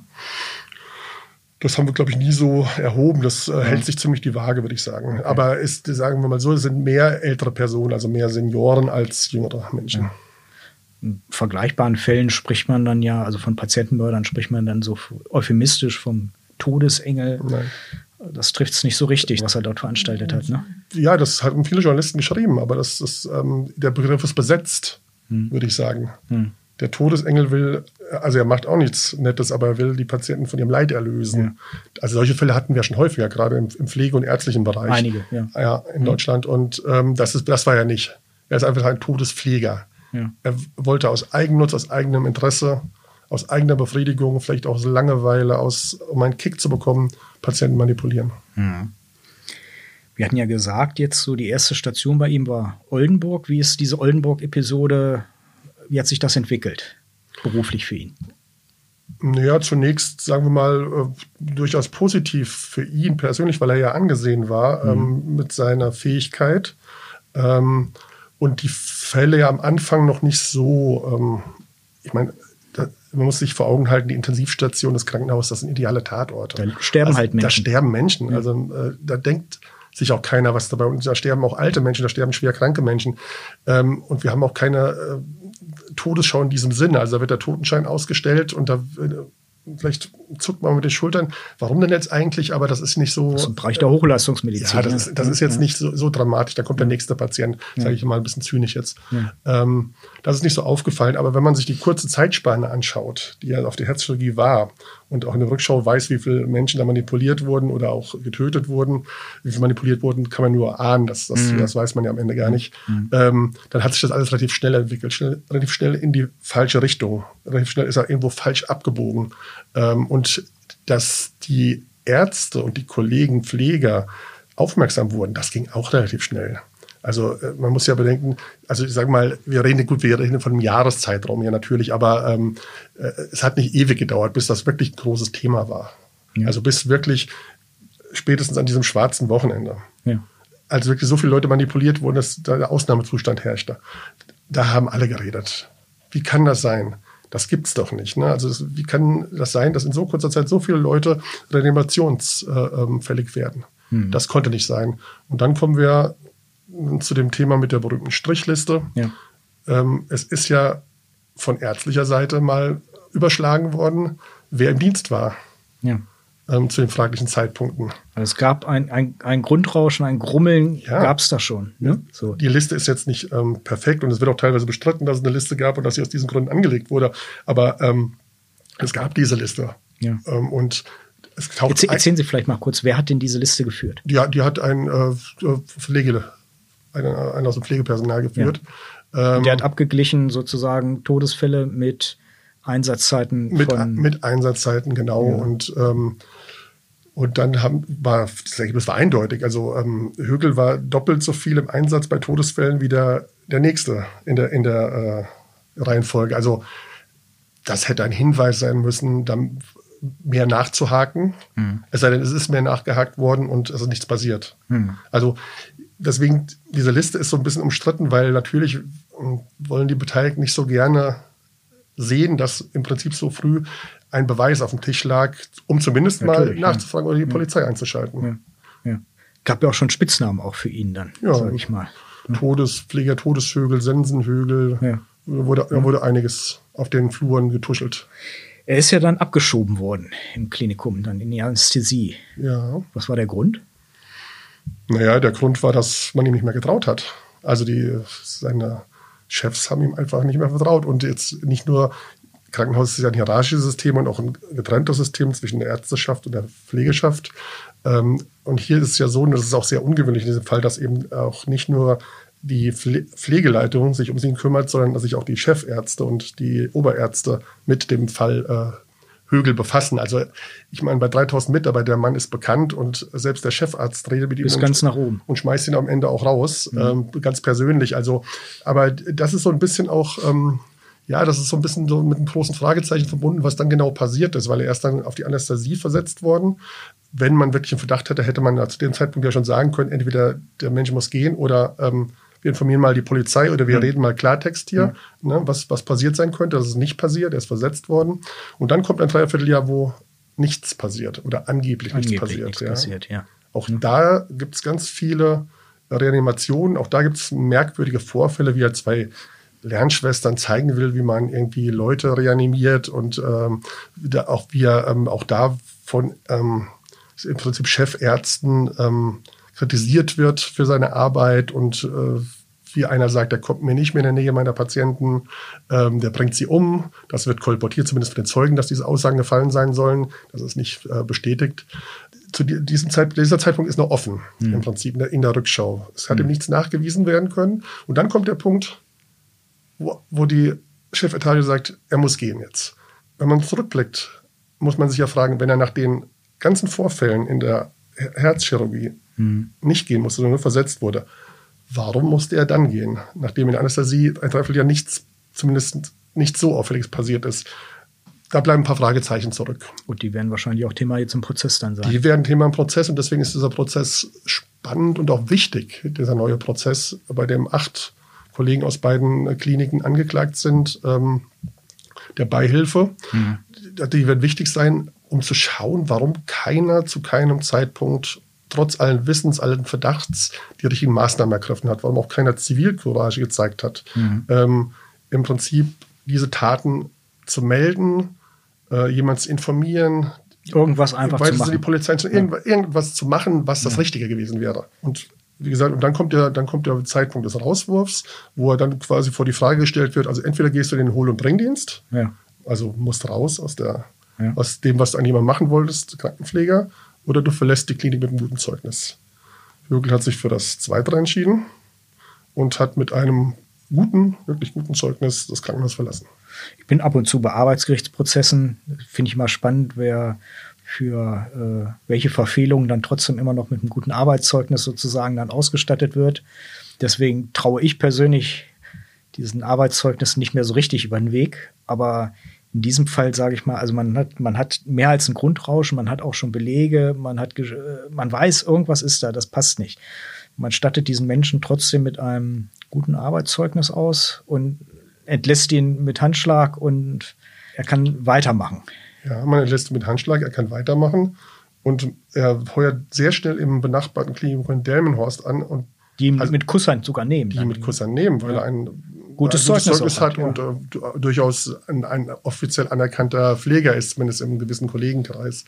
Das haben wir, glaube ich, nie so erhoben. Das hält sich ziemlich die Waage, würde ich sagen. Okay. Aber sagen wir mal so, es sind mehr ältere Personen, also mehr Senioren als jüngere Menschen. Ja. In vergleichbaren Fällen spricht man dann ja, also von Patientenmördern spricht man dann so euphemistisch vom Todesengel. Nein. Das trifft es nicht so richtig, was er dort veranstaltet hat, ne? Ja, das haben viele Journalisten geschrieben, aber der Begriff ist besetzt, würde ich sagen. Der Todesengel er macht auch nichts Nettes, aber er will die Patienten von ihrem Leid erlösen. Ja. Also solche Fälle hatten wir schon häufiger, gerade im Pflege- und ärztlichen Bereich. Einige, ja. Ja, in Deutschland. Und das war er nicht. Er ist einfach ein Todespfleger. Ja. Er wollte aus Eigennutz, aus eigenem Interesse, aus eigener Befriedigung, vielleicht auch aus Langeweile, um einen Kick zu bekommen, Patienten manipulieren. Wir hatten ja gesagt, jetzt so die erste Station bei ihm war Oldenburg. Wie ist diese Oldenburg-Episode, wie hat sich das entwickelt, beruflich für ihn? Naja, zunächst, sagen wir mal, durchaus positiv für ihn persönlich, weil er ja angesehen war mit seiner Fähigkeit. Und die Fälle ja am Anfang noch nicht so, ich meine, man muss sich vor Augen halten, die Intensivstation, das Krankenhaus, das sind ideale Tatorte. Da sterben halt Menschen. Da sterben Menschen. Ja. Also da denkt sich auch keiner was dabei. Und da sterben auch alte Menschen, da sterben schwer kranke Menschen. Und wir haben auch keine Todesschau in diesem Sinne. Also da wird der Totenschein ausgestellt und da vielleicht zuckt man mit den Schultern. Warum denn jetzt eigentlich? Aber das ist nicht so. Das ist im Bereich der Hochleistungsmedizin. Ja, das ist jetzt nicht so dramatisch. Da kommt der nächste Patient, sage ich mal ein bisschen zynisch jetzt. Ja. Das ist nicht so aufgefallen. Aber wenn man sich die kurze Zeitspanne anschaut, die ja auf der Herzchirurgie war und auch in der Rückschau weiß, wie viele Menschen da manipuliert wurden oder auch getötet wurden, wie viele manipuliert wurden, kann man nur ahnen. Das weiß man ja am Ende gar nicht. Dann hat sich das alles relativ schnell entwickelt. Relativ schnell in die falsche Richtung. Relativ schnell ist er irgendwo falsch abgebogen. Und dass die Ärzte und die Kollegen Pfleger aufmerksam wurden, das ging auch relativ schnell. Also man muss ja bedenken, also ich sage mal, wir reden von einem Jahreszeitraum hier natürlich, aber es hat nicht ewig gedauert, bis das wirklich ein großes Thema war. Ja. Also bis wirklich spätestens an diesem schwarzen Wochenende. Ja. Also wirklich so viele Leute manipuliert wurden, dass da der Ausnahmezustand herrschte. Da haben alle geredet. Wie kann das sein? Das gibt's doch nicht. Ne? Also wie kann das sein, dass in so kurzer Zeit so viele Leute reanimationsfällig werden? Das konnte nicht sein. Und dann kommen wir zu dem Thema mit der berühmten Strichliste. Ja. Es ist ja von ärztlicher Seite mal überschlagen worden, wer im Dienst war. Ja. Zu den fraglichen Zeitpunkten. Also es gab ein Grundrauschen, ein Grummeln, gab es da schon. Ne? So. Die Liste ist jetzt nicht perfekt und es wird auch teilweise bestritten, dass es eine Liste gab und dass sie aus diesen Gründen angelegt wurde. Aber es gab diese Liste. Ja. Und es taucht Erzählen Sie vielleicht mal kurz, wer hat denn diese Liste geführt? Die hat einer aus dem Pflegepersonal geführt. Ja. Der hat abgeglichen sozusagen Todesfälle mit Einsatzzeiten mit Einsatzzeiten, genau. Ja. Und dann war das Ergebnis war eindeutig. Also Högel war doppelt so viel im Einsatz bei Todesfällen wie der nächste in der Reihenfolge. Also das hätte ein Hinweis sein müssen, dann mehr nachzuhaken. Es sei denn, es ist mehr nachgehakt worden und es ist nichts passiert. Also deswegen, diese Liste ist so ein bisschen umstritten, weil natürlich wollen die Beteiligten nicht so gerne sehen, dass im Prinzip so früh ein Beweis auf dem Tisch lag, um zumindest mal nachzufragen oder die Polizei einzuschalten. Ja. Gab ja auch schon Spitznamen auch für ihn dann, sag ich mal. Todespfleger, Todesvögel, Sensenvögel. Ja. Da wurde einiges auf den Fluren getuschelt. Er ist ja dann abgeschoben worden im Klinikum, dann in die Anästhesie. Ja. Was war der Grund? Naja, der Grund war, dass man ihm nicht mehr getraut hat. Also seine Chefs haben ihm einfach nicht mehr vertraut. Und jetzt nicht nur, Krankenhaus ist ja ein hierarchisches System und auch ein getrenntes System zwischen der Ärzteschaft und der Pflegeschaft. Und hier ist es ja so, und das ist auch sehr ungewöhnlich in diesem Fall, dass eben auch nicht nur die Pflegeleitung sich um ihn kümmert, sondern dass sich auch die Chefärzte und die Oberärzte mit dem Fall Högel befassen. Also ich meine, bei 3000 Mitarbeitern, der Mann ist bekannt und selbst der Chefarzt redet mit ihm bis ganz nach oben und schmeißt ihn am Ende auch raus, ganz persönlich. Also, aber das ist so ein bisschen auch, das ist so ein bisschen so mit einem großen Fragezeichen verbunden, was dann genau passiert ist, weil er erst dann auf die Anästhesie versetzt worden. Wenn man wirklich einen Verdacht hätte, hätte man zu dem Zeitpunkt ja schon sagen können, entweder der Mensch muss gehen oder wir informieren mal die Polizei oder wir reden mal Klartext hier, was passiert sein könnte. Das ist nicht passiert, er ist versetzt worden. Und dann kommt ein Dreivierteljahr, wo nichts passiert oder angeblich nichts passiert. Auch da gibt es ganz viele Reanimationen, auch da gibt es merkwürdige Vorfälle, wie er 2 Lernschwestern zeigen will, wie man irgendwie Leute reanimiert und wie er auch da von im Prinzip Chefärzten kritisiert wird für seine Arbeit und wie einer sagt, der kommt mir nicht mehr in der Nähe meiner Patienten, der bringt sie um. Das wird kolportiert, zumindest für den Zeugen, dass diese Aussagen gefallen sein sollen. Das ist nicht bestätigt. Dieser Zeitpunkt ist noch offen, im Prinzip in der Rückschau. Es hat ihm nichts nachgewiesen werden können. Und dann kommt der Punkt, wo die Chefetage sagt, er muss gehen jetzt. Wenn man zurückblickt, muss man sich ja fragen, wenn er nach den ganzen Vorfällen in der Herzchirurgie nicht gehen musste, sondern nur versetzt wurde, warum musste er dann gehen, nachdem in der Anästhesie ein Dreivierteljahr nichts, zumindest nicht so Auffälliges passiert ist? Da bleiben ein paar Fragezeichen zurück. Und die werden wahrscheinlich auch Thema jetzt im Prozess dann sein. Die werden Thema im Prozess und deswegen ist dieser Prozess spannend und auch wichtig, dieser neue Prozess, bei dem 8 Kollegen aus beiden Kliniken angeklagt sind, der Beihilfe. Die werden wichtig sein, um zu schauen, warum keiner zu keinem Zeitpunkt trotz allen Wissens, allen Verdachts die richtigen Maßnahmen ergriffen hat, warum auch keiner Zivilcourage gezeigt hat, im Prinzip diese Taten zu melden, jemanden zu informieren, irgendwas einfach zu machen. Die Polizei irgendwas zu machen, was das Richtige gewesen wäre. Und wie gesagt, und dann kommt der Zeitpunkt des Rauswurfs, wo er dann quasi vor die Frage gestellt wird, also entweder gehst du in den Hol- und Bringdienst, also musst raus aus dem, was du an jemandem machen wolltest, Krankenpfleger, oder du verlässt die Klinik mit einem guten Zeugnis. Högel hat sich für das Zweite entschieden und hat mit einem wirklich guten Zeugnis das Krankenhaus verlassen. Ich bin ab und zu bei Arbeitsgerichtsprozessen, finde ich mal spannend, wer für welche Verfehlungen dann trotzdem immer noch mit einem guten Arbeitszeugnis sozusagen dann ausgestattet wird. Deswegen traue ich persönlich diesen Arbeitszeugnissen nicht mehr so richtig über den Weg. Aber in diesem Fall sage ich mal, also man hat mehr als ein Grundrauschen, man hat auch schon Belege, man weiß, irgendwas ist da, das passt nicht. Man stattet diesen Menschen trotzdem mit einem guten Arbeitszeugnis aus und entlässt ihn mit Handschlag und er kann weitermachen. Ja, man entlässt ihn mit Handschlag, er kann weitermachen und er heuert sehr schnell im benachbarten Klinikum in Delmenhorst an. Und die ihn mit Kusshand sogar nehmen. Weil er ein gutes Zeugnis hat und durchaus ein offiziell anerkannter Pfleger ist, zumindest im gewissen Kollegenkreis.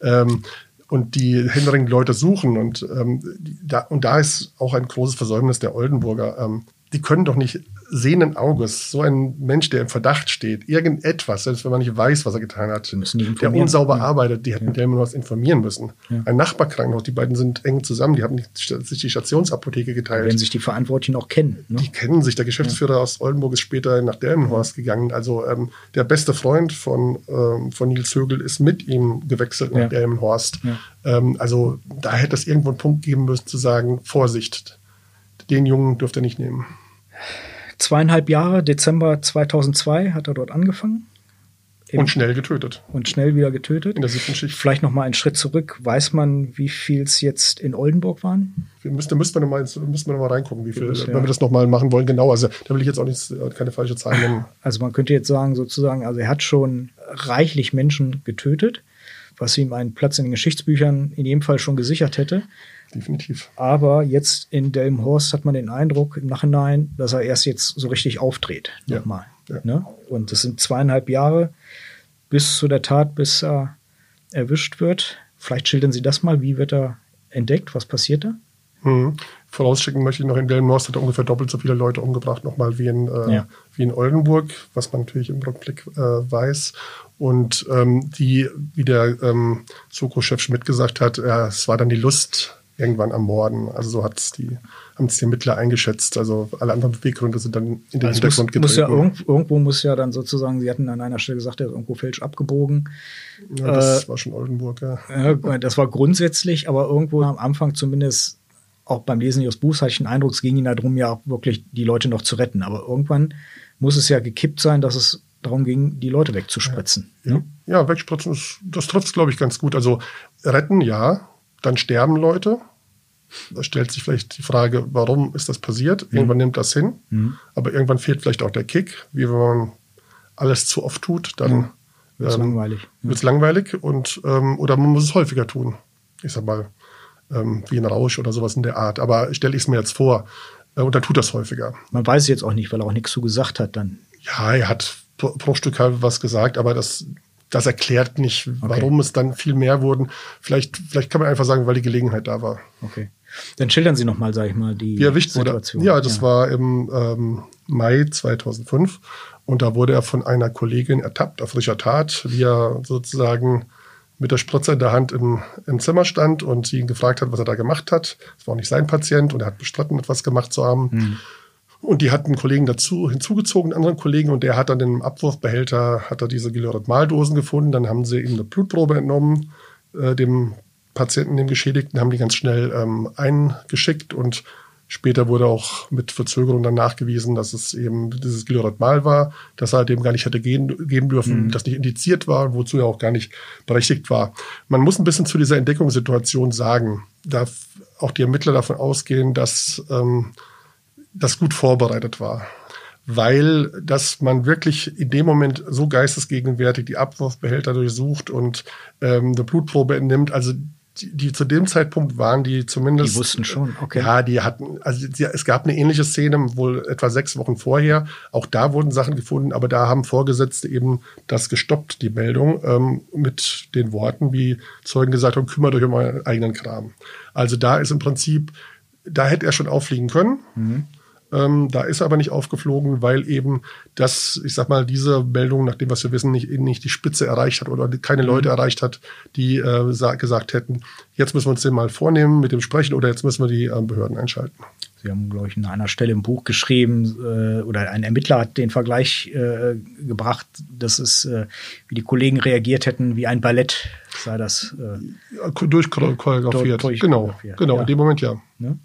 Und die händeringend Leute suchen. Und da ist auch ein großes Versäumnis der Oldenburger. Die können doch nicht sehenden Auges, so ein Mensch, der im Verdacht steht, irgendetwas, selbst wenn man nicht weiß, was er getan hat, der unsauber arbeitet, die hätten Delmenhorst informieren müssen. Ein Nachbarkrankenhaus, die beiden sind eng zusammen, die haben sich die Stationsapotheke geteilt. Wenn sich die Verantwortlichen auch kennen. Ne? Die kennen sich. Der Geschäftsführer aus Oldenburg ist später nach Delmenhorst gegangen. Also der beste Freund von Nils Högel ist mit ihm gewechselt nach Delmenhorst. Also da hätte es irgendwo einen Punkt geben müssen, zu sagen, Vorsicht, den Jungen dürft ihr nicht nehmen. 2,5 Jahre, Dezember 2002 hat er dort angefangen. Und schnell getötet. Und schnell wieder getötet. In der 7. Schicht. Vielleicht noch mal einen Schritt zurück. Weiß man, wie viel es jetzt in Oldenburg waren? Müssten wir noch mal reingucken, wie viel, wenn wir das noch mal machen wollen. Genau, also da will ich jetzt auch keine falsche Zahl nennen. Also man könnte jetzt sagen, sozusagen, also er hat schon reichlich Menschen getötet, was ihm einen Platz in den Geschichtsbüchern in jedem Fall schon gesichert hätte. Definitiv. Aber jetzt in Delmenhorst hat man den Eindruck im Nachhinein, dass er erst jetzt so richtig aufdreht. Ja. Nochmal. Ja. Ne? Und das sind 2,5 Jahre bis zu der Tat, bis er erwischt wird. Vielleicht schildern Sie das mal. Wie wird er entdeckt? Was passiert da? Vorausschicken möchte ich noch, in Delmenhorst hat er ungefähr doppelt so viele Leute umgebracht, nochmal wie in Oldenburg, was man natürlich im Rückblick weiß. Und wie der Soko-Chef Schmidt gesagt hat, es war dann die Lust irgendwann am Morden. Also so haben es die Ermittler eingeschätzt. Also alle anderen Beweggründe sind dann in den Hintergrund getreten. Irgendwo muss ja dann sozusagen, Sie hatten an einer Stelle gesagt, er ist irgendwo falsch abgebogen. Ja, das war schon Oldenburg, ja. Das war grundsätzlich, aber irgendwo am Anfang zumindest, auch beim Lesen Ihres Buchs, hatte ich den Eindruck, es ging Ihnen darum, ja wirklich die Leute noch zu retten. Aber irgendwann muss es ja gekippt sein, dass es darum ging, die Leute wegzuspritzen. Ja, wegspritzen, das trifft es, glaube ich, ganz gut. Also retten, ja, dann sterben Leute. Da stellt sich vielleicht die Frage, warum ist das passiert? Irgendwann nimmt das hin, aber irgendwann fehlt vielleicht auch der Kick. Wie wenn man alles zu oft tut, dann wird es langweilig. Wird's langweilig oder man muss es häufiger tun. Ich sag mal, wie ein Rausch oder sowas in der Art. Aber stelle ich es mir jetzt vor, und dann tut das häufiger. Man weiß es jetzt auch nicht, weil er auch nichts zu gesagt hat dann. Ja, er hat pro Stück halt was gesagt, aber das erklärt nicht, warum es dann viel mehr wurden. Vielleicht kann man einfach sagen, weil die Gelegenheit da war. Okay. Dann schildern Sie noch mal, sage ich mal, die Situation. Ja, das war im Mai 2005 und da wurde er von einer Kollegin ertappt auf frischer Tat, wie er sozusagen mit der Spritze in der Hand im Zimmer stand und sie ihn gefragt hat, was er da gemacht hat. Es war auch nicht sein Patient und er hat bestritten, etwas gemacht zu haben. Und die hatten einen Kollegen hinzugezogen, einen anderen Kollegen, und der hat dann im Abwurfbehälter diese Glycerol-Dosen gefunden. Dann haben sie ihm eine Blutprobe entnommen, dem Patienten, dem Geschädigten, haben die ganz schnell eingeschickt, und später wurde auch mit Verzögerung dann nachgewiesen, dass es eben dieses Glycerol war, dass er dem gar nicht hätte geben dürfen, das nicht indiziert war, wozu er auch gar nicht berechtigt war. Man muss ein bisschen zu dieser Entdeckungssituation sagen, da auch die Ermittler davon ausgehen, dass das gut vorbereitet war. Weil, dass man wirklich in dem Moment so geistesgegenwärtig die Abwurfbehälter durchsucht und eine Blutprobe entnimmt, also die zu dem Zeitpunkt waren die zumindest... Die wussten schon, okay. Ja, es gab eine ähnliche Szene, wohl etwa 6 Wochen vorher. Auch da wurden Sachen gefunden, aber da haben Vorgesetzte eben das gestoppt, die Meldung, mit den Worten, wie Zeugen gesagt haben, kümmert euch um euren eigenen Kram. Also da ist im Prinzip, da hätte er schon auffliegen können. Da ist er aber nicht aufgeflogen, weil eben diese Meldung, nach dem, was wir wissen, nicht die Spitze erreicht hat oder keine Leute erreicht hat, die gesagt hätten, jetzt müssen wir uns den mal vornehmen, mit dem sprechen, oder jetzt müssen wir die Behörden einschalten. Sie haben, glaube ich, an einer Stelle im Buch geschrieben, oder ein Ermittler hat den Vergleich gebracht, dass es, wie die Kollegen reagiert hätten, wie ein Ballett sei das. Durchchoreografiert. Genau, ja. In dem Moment ja. Ne?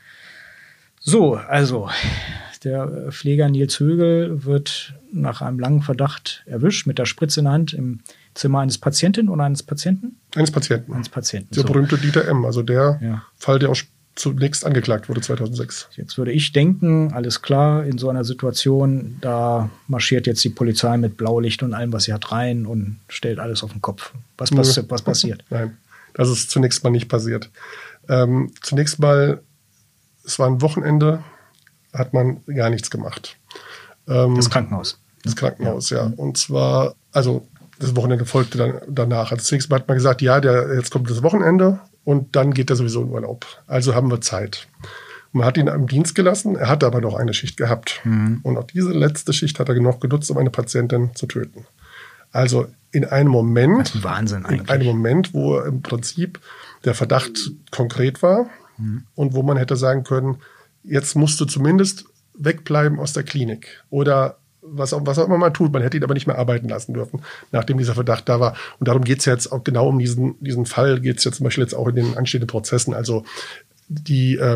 So, also der Pfleger Nils Högel wird nach einem langen Verdacht erwischt, mit der Spritze in der Hand im Zimmer eines Patienten oder eines Patienten? Eines Patienten. Der berühmte Dieter M., also der Fall, der auch zunächst angeklagt wurde 2006. Jetzt würde ich denken, alles klar, in so einer Situation, da marschiert jetzt die Polizei mit Blaulicht und allem, was sie hat, rein und stellt alles auf den Kopf. Was passiert? Nein, das ist zunächst mal nicht passiert. Zunächst mal, es war ein Wochenende, hat man gar nichts gemacht. Das Krankenhaus. Das Krankenhaus, ja. Und zwar, also das Wochenende folgte dann danach. Also zunächst mal hat man gesagt, ja, jetzt kommt das Wochenende und dann geht er sowieso in Urlaub. Also haben wir Zeit. Und man hat ihn am Dienst gelassen, er hatte aber noch eine Schicht gehabt. Und auch diese letzte Schicht hat er noch genutzt, um eine Patientin zu töten. Also in einem Moment, das ist ein Wahnsinn eigentlich. In einem Moment, wo im Prinzip der Verdacht konkret war, und wo man hätte sagen können, jetzt musst du zumindest wegbleiben aus der Klinik. Oder was auch immer man tut, man hätte ihn aber nicht mehr arbeiten lassen dürfen, nachdem dieser Verdacht da war. Und darum geht es jetzt auch genau um diesen Fall, geht es jetzt zum Beispiel jetzt auch in den anstehenden Prozessen. Also die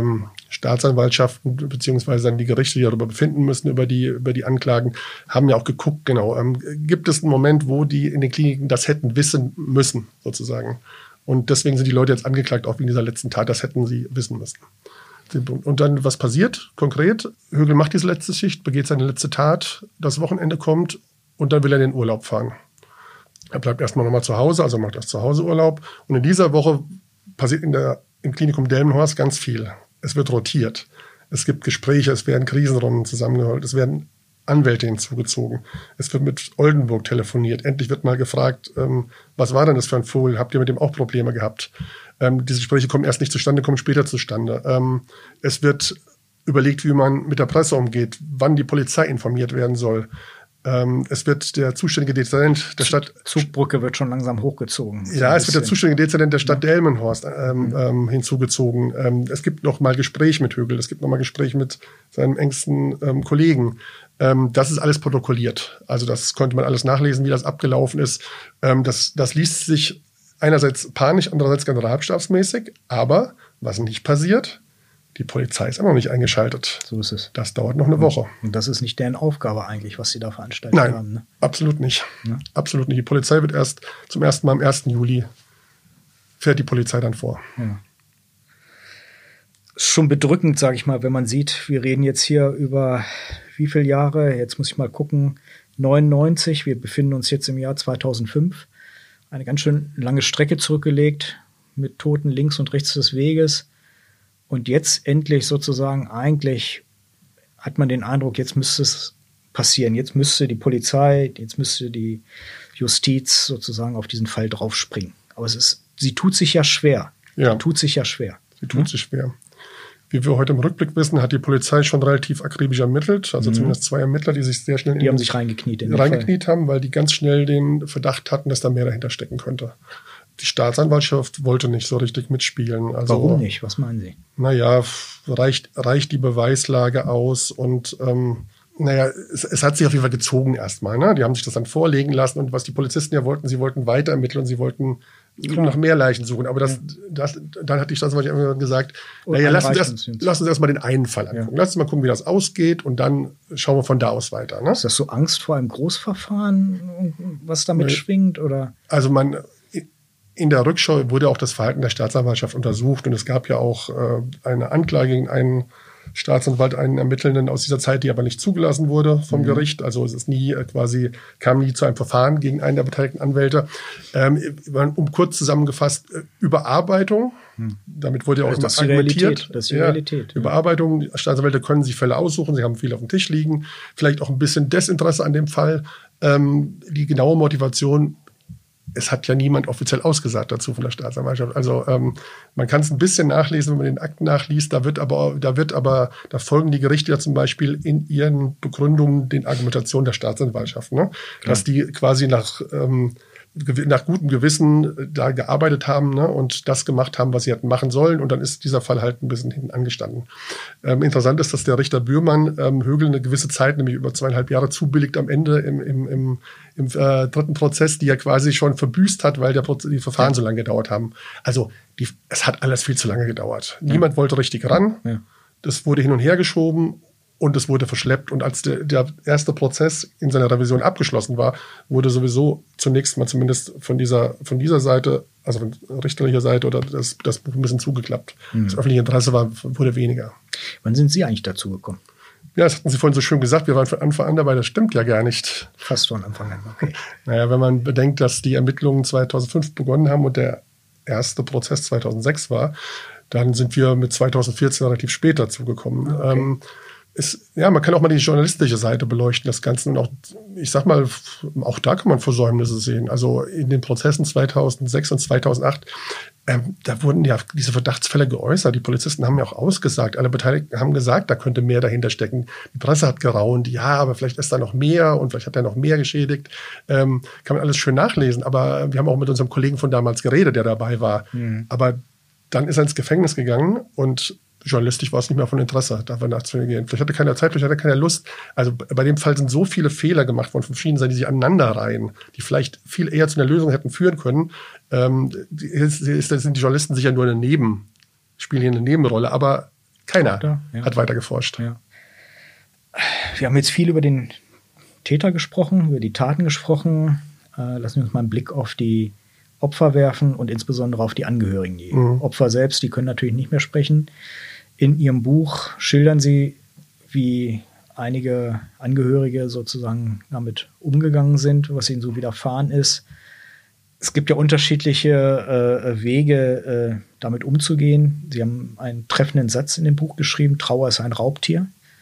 Staatsanwaltschaften beziehungsweise dann die Gerichte, die darüber befinden müssen, über die Anklagen, haben ja auch geguckt, genau, gibt es einen Moment, wo die in den Kliniken das hätten wissen müssen, sozusagen. Und deswegen sind die Leute jetzt angeklagt, auch wegen dieser letzten Tat, das hätten sie wissen müssen. Und dann, was passiert konkret? Högel macht diese letzte Schicht, begeht seine letzte Tat, das Wochenende kommt und dann will er in den Urlaub fahren. Er bleibt erstmal nochmal zu Hause, also macht das Zuhause-Urlaub. Und in dieser Woche passiert im Klinikum Delmenhorst ganz viel. Es wird rotiert. Es gibt Gespräche, es werden Krisenrunden zusammengeholt, es werden Anwälte hinzugezogen. Es wird mit Oldenburg telefoniert. Endlich wird mal gefragt, was war denn das für ein Vogel? Habt ihr mit dem auch Probleme gehabt? Diese Gespräche kommen erst nicht zustande, kommen später zustande. Es wird überlegt, wie man mit der Presse umgeht, wann die Polizei informiert werden soll. Es wird der zuständige Dezernent der Stadt... Zugbrücke wird schon langsam hochgezogen. Ja, es wird der zuständige Dezernent der Stadt Delmenhorst hinzugezogen. Es gibt noch mal Gespräch mit Högel, es gibt noch mal Gespräch mit seinem engsten Kollegen. Das ist alles protokolliert. Also das konnte man alles nachlesen, wie das abgelaufen ist. Das liest sich einerseits panisch, andererseits generalstabsmäßig. Aber was nicht passiert... Die Polizei ist immer noch nicht eingeschaltet. So ist es. Das dauert noch eine Woche. Und das ist nicht deren Aufgabe eigentlich, was sie da veranstaltet Nein, haben. Ne? Absolut nicht. Ja. Absolut nicht. Die Polizei wird erst zum ersten Mal am 1. Juli fährt die Polizei dann vor. Ja. Ist schon bedrückend, sage ich mal, wenn man sieht, wir reden jetzt hier über wie viele Jahre, jetzt muss ich mal gucken, 99, wir befinden uns jetzt im Jahr 2005, eine ganz schön lange Strecke zurückgelegt mit Toten links und rechts des Weges. Und jetzt endlich sozusagen, eigentlich hat man den Eindruck, jetzt müsste es passieren. Jetzt müsste die Polizei, jetzt müsste die Justiz sozusagen auf diesen Fall draufspringen. Aber sie tut sich ja schwer. Ja. Sie tut sich ja schwer. Sie tut sich schwer. Wie wir heute im Rückblick wissen, hat die Polizei schon relativ akribisch ermittelt. Also zumindest 2 Ermittler, die sich sehr schnell haben sich reingekniet haben, weil die ganz schnell den Verdacht hatten, dass da mehr dahinter stecken könnte. Die Staatsanwaltschaft wollte nicht so richtig mitspielen. Also, warum nicht? Was meinen Sie? Naja, reicht die Beweislage aus und es hat sich auf jeden Fall gezogen erstmal. Ne? Die haben sich das dann vorlegen lassen und was die Polizisten ja wollten, sie wollten weiter ermitteln und sie wollten nach mehr Leichen suchen. Aber dann hat die Staatsanwaltschaft gesagt, lass uns erstmal den einen Fall angucken. Lass uns mal gucken, wie das ausgeht und dann schauen wir von da aus weiter. Ne? Ist das so Angst vor einem Großverfahren, was damit schwingt? Oder? Also in der Rückschau wurde auch das Verhalten der Staatsanwaltschaft untersucht und es gab ja auch eine Anklage gegen einen Staatsanwalt, einen Ermittelnden aus dieser Zeit, die aber nicht zugelassen wurde vom Gericht. Also es ist kam nie zu einem Verfahren gegen einen der beteiligten Anwälte. Um kurz zusammengefasst, Überarbeitung. Damit wurde ja auch immer argumentiert. Das ist die Realität. Überarbeitung. Staatsanwälte können sich Fälle aussuchen. Sie haben viel auf dem Tisch liegen. Vielleicht auch ein bisschen Desinteresse an dem Fall. Die genaue Motivation, es hat ja niemand offiziell ausgesagt dazu von der Staatsanwaltschaft. Also man kann es ein bisschen nachlesen, wenn man den Akten nachliest. Da folgen die Gerichte ja zum Beispiel in ihren Begründungen den Argumentationen der Staatsanwaltschaft, ne? Dass die quasi nach gutem Gewissen da gearbeitet haben, ne, und das gemacht haben, was sie hätten machen sollen. Und dann ist dieser Fall halt ein bisschen hinten angestanden. Interessant ist, dass der Richter Bührmann Högel eine gewisse Zeit, nämlich über 2,5 Jahre, zubilligt am Ende im dritten Prozess, die er quasi schon verbüßt hat, weil die Verfahren so lange gedauert haben. Also es hat alles viel zu lange gedauert. Ja. Niemand wollte richtig ran. Ja. Das wurde hin und her geschoben. Und es wurde verschleppt. Und als der erste Prozess in seiner Revision abgeschlossen war, wurde sowieso zunächst mal zumindest von dieser Seite, also von richterlicher Seite, oder das Buch ein bisschen zugeklappt. Das öffentliche Interesse wurde weniger. Wann sind Sie eigentlich dazu gekommen? Ja, das hatten Sie vorhin so schön gesagt. Wir waren von Anfang an dabei. Das stimmt ja gar nicht. Fast von Anfang an, okay. Naja, wenn man bedenkt, dass die Ermittlungen 2005 begonnen haben und der erste Prozess 2006 war, dann sind wir mit 2014 relativ spät dazu gekommen. Okay. Man kann auch mal die journalistische Seite beleuchten, das Ganze. Und auch, ich sag mal, auch da kann man Versäumnisse sehen. Also in den Prozessen 2006 und 2008, da wurden ja diese Verdachtsfälle geäußert. Die Polizisten haben ja auch ausgesagt. Alle Beteiligten haben gesagt, da könnte mehr dahinter stecken. Die Presse hat geraunt. Ja, aber vielleicht ist da noch mehr und vielleicht hat er noch mehr geschädigt. Kann man alles schön nachlesen. Aber wir haben auch mit unserem Kollegen von damals geredet, der dabei war. Aber dann ist er ins Gefängnis gegangen und journalistisch war es nicht mehr von Interesse, da nachzugehen. Vielleicht hatte keiner Zeit, vielleicht hatte keiner Lust. Also bei dem Fall sind so viele Fehler gemacht worden von verschiedenen Seiten, die sich aneinanderreihen, die vielleicht viel eher zu einer Lösung hätten führen können. Sind die Journalisten sicher nur spielen hier eine Nebenrolle. Aber Keiner hat weiter geforscht. Ja. Wir haben jetzt viel über den Täter gesprochen, über die Taten gesprochen. Lassen wir uns mal einen Blick auf die Opfer werfen und insbesondere auf die Angehörigen. Die Opfer selbst, die können natürlich nicht mehr sprechen. In Ihrem Buch schildern Sie, wie einige Angehörige sozusagen damit umgegangen sind, was ihnen so widerfahren ist. Es gibt ja unterschiedliche Wege, damit umzugehen. Sie haben einen treffenden Satz in dem Buch geschrieben, Trauer ist ein Raubtier.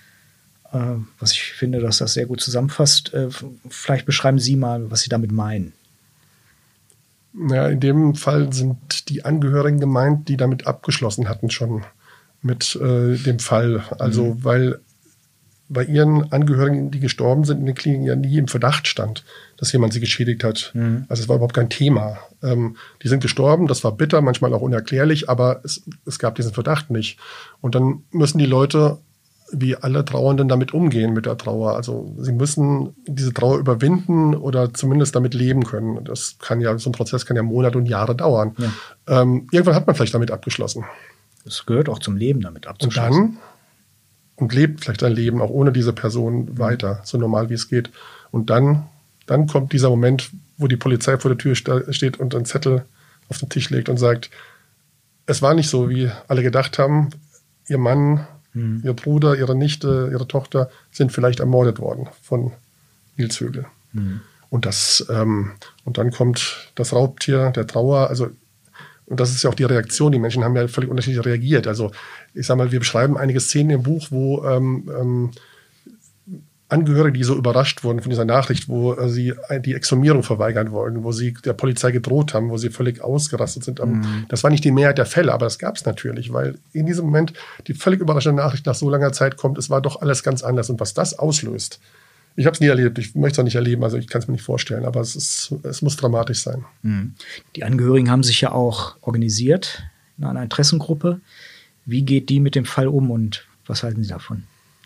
Was ich finde, dass das sehr gut zusammenfasst. Vielleicht beschreiben Sie mal, was Sie damit meinen. Ja, in dem Fall sind die Angehörigen gemeint, die damit abgeschlossen hatten schon mit dem Fall. Also weil bei ihren Angehörigen, die gestorben sind in den Kliniken, ja nie im Verdacht stand, dass jemand sie geschädigt hat. Also es war überhaupt kein Thema. Die sind gestorben, das war bitter, manchmal auch unerklärlich, aber es gab diesen Verdacht nicht. Und dann müssen die Leute, wie alle Trauernden, damit umgehen mit der Trauer. Also sie müssen diese Trauer überwinden oder zumindest damit leben können. Das kann ja, so ein Prozess kann ja Monate und Jahre dauern. Ja. Irgendwann hat man vielleicht damit abgeschlossen. Es gehört auch zum Leben, damit abzuschließen. Und lebt vielleicht sein Leben auch ohne diese Person weiter, so normal wie es geht. Und dann kommt dieser Moment, wo die Polizei vor der Tür steht und einen Zettel auf den Tisch legt und sagt, es war nicht so, wie alle gedacht haben. Ihr Mann, ihr Bruder, ihre Nichte, ihre Tochter sind vielleicht ermordet worden von Nils Högel. Und dann kommt das Raubtier der Trauer. Also, und das ist ja auch die Reaktion. Die Menschen haben ja völlig unterschiedlich reagiert. Also ich sage mal, wir beschreiben einige Szenen im Buch, wo Angehörige, die so überrascht wurden von dieser Nachricht, wo sie die Exhumierung verweigern wollen, wo sie der Polizei gedroht haben, wo sie völlig ausgerastet sind. Das war nicht die Mehrheit der Fälle, aber das gab es natürlich, weil in diesem Moment die völlig überraschende Nachricht nach so langer Zeit kommt, es war doch alles ganz anders. Und was das auslöst, ich habe es nie erlebt, ich möchte es auch nicht erleben, also ich kann es mir nicht vorstellen, aber es muss dramatisch sein. Die Angehörigen haben sich ja auch organisiert in einer Interessengruppe. Wie geht die mit dem Fall um und was halten Sie davon?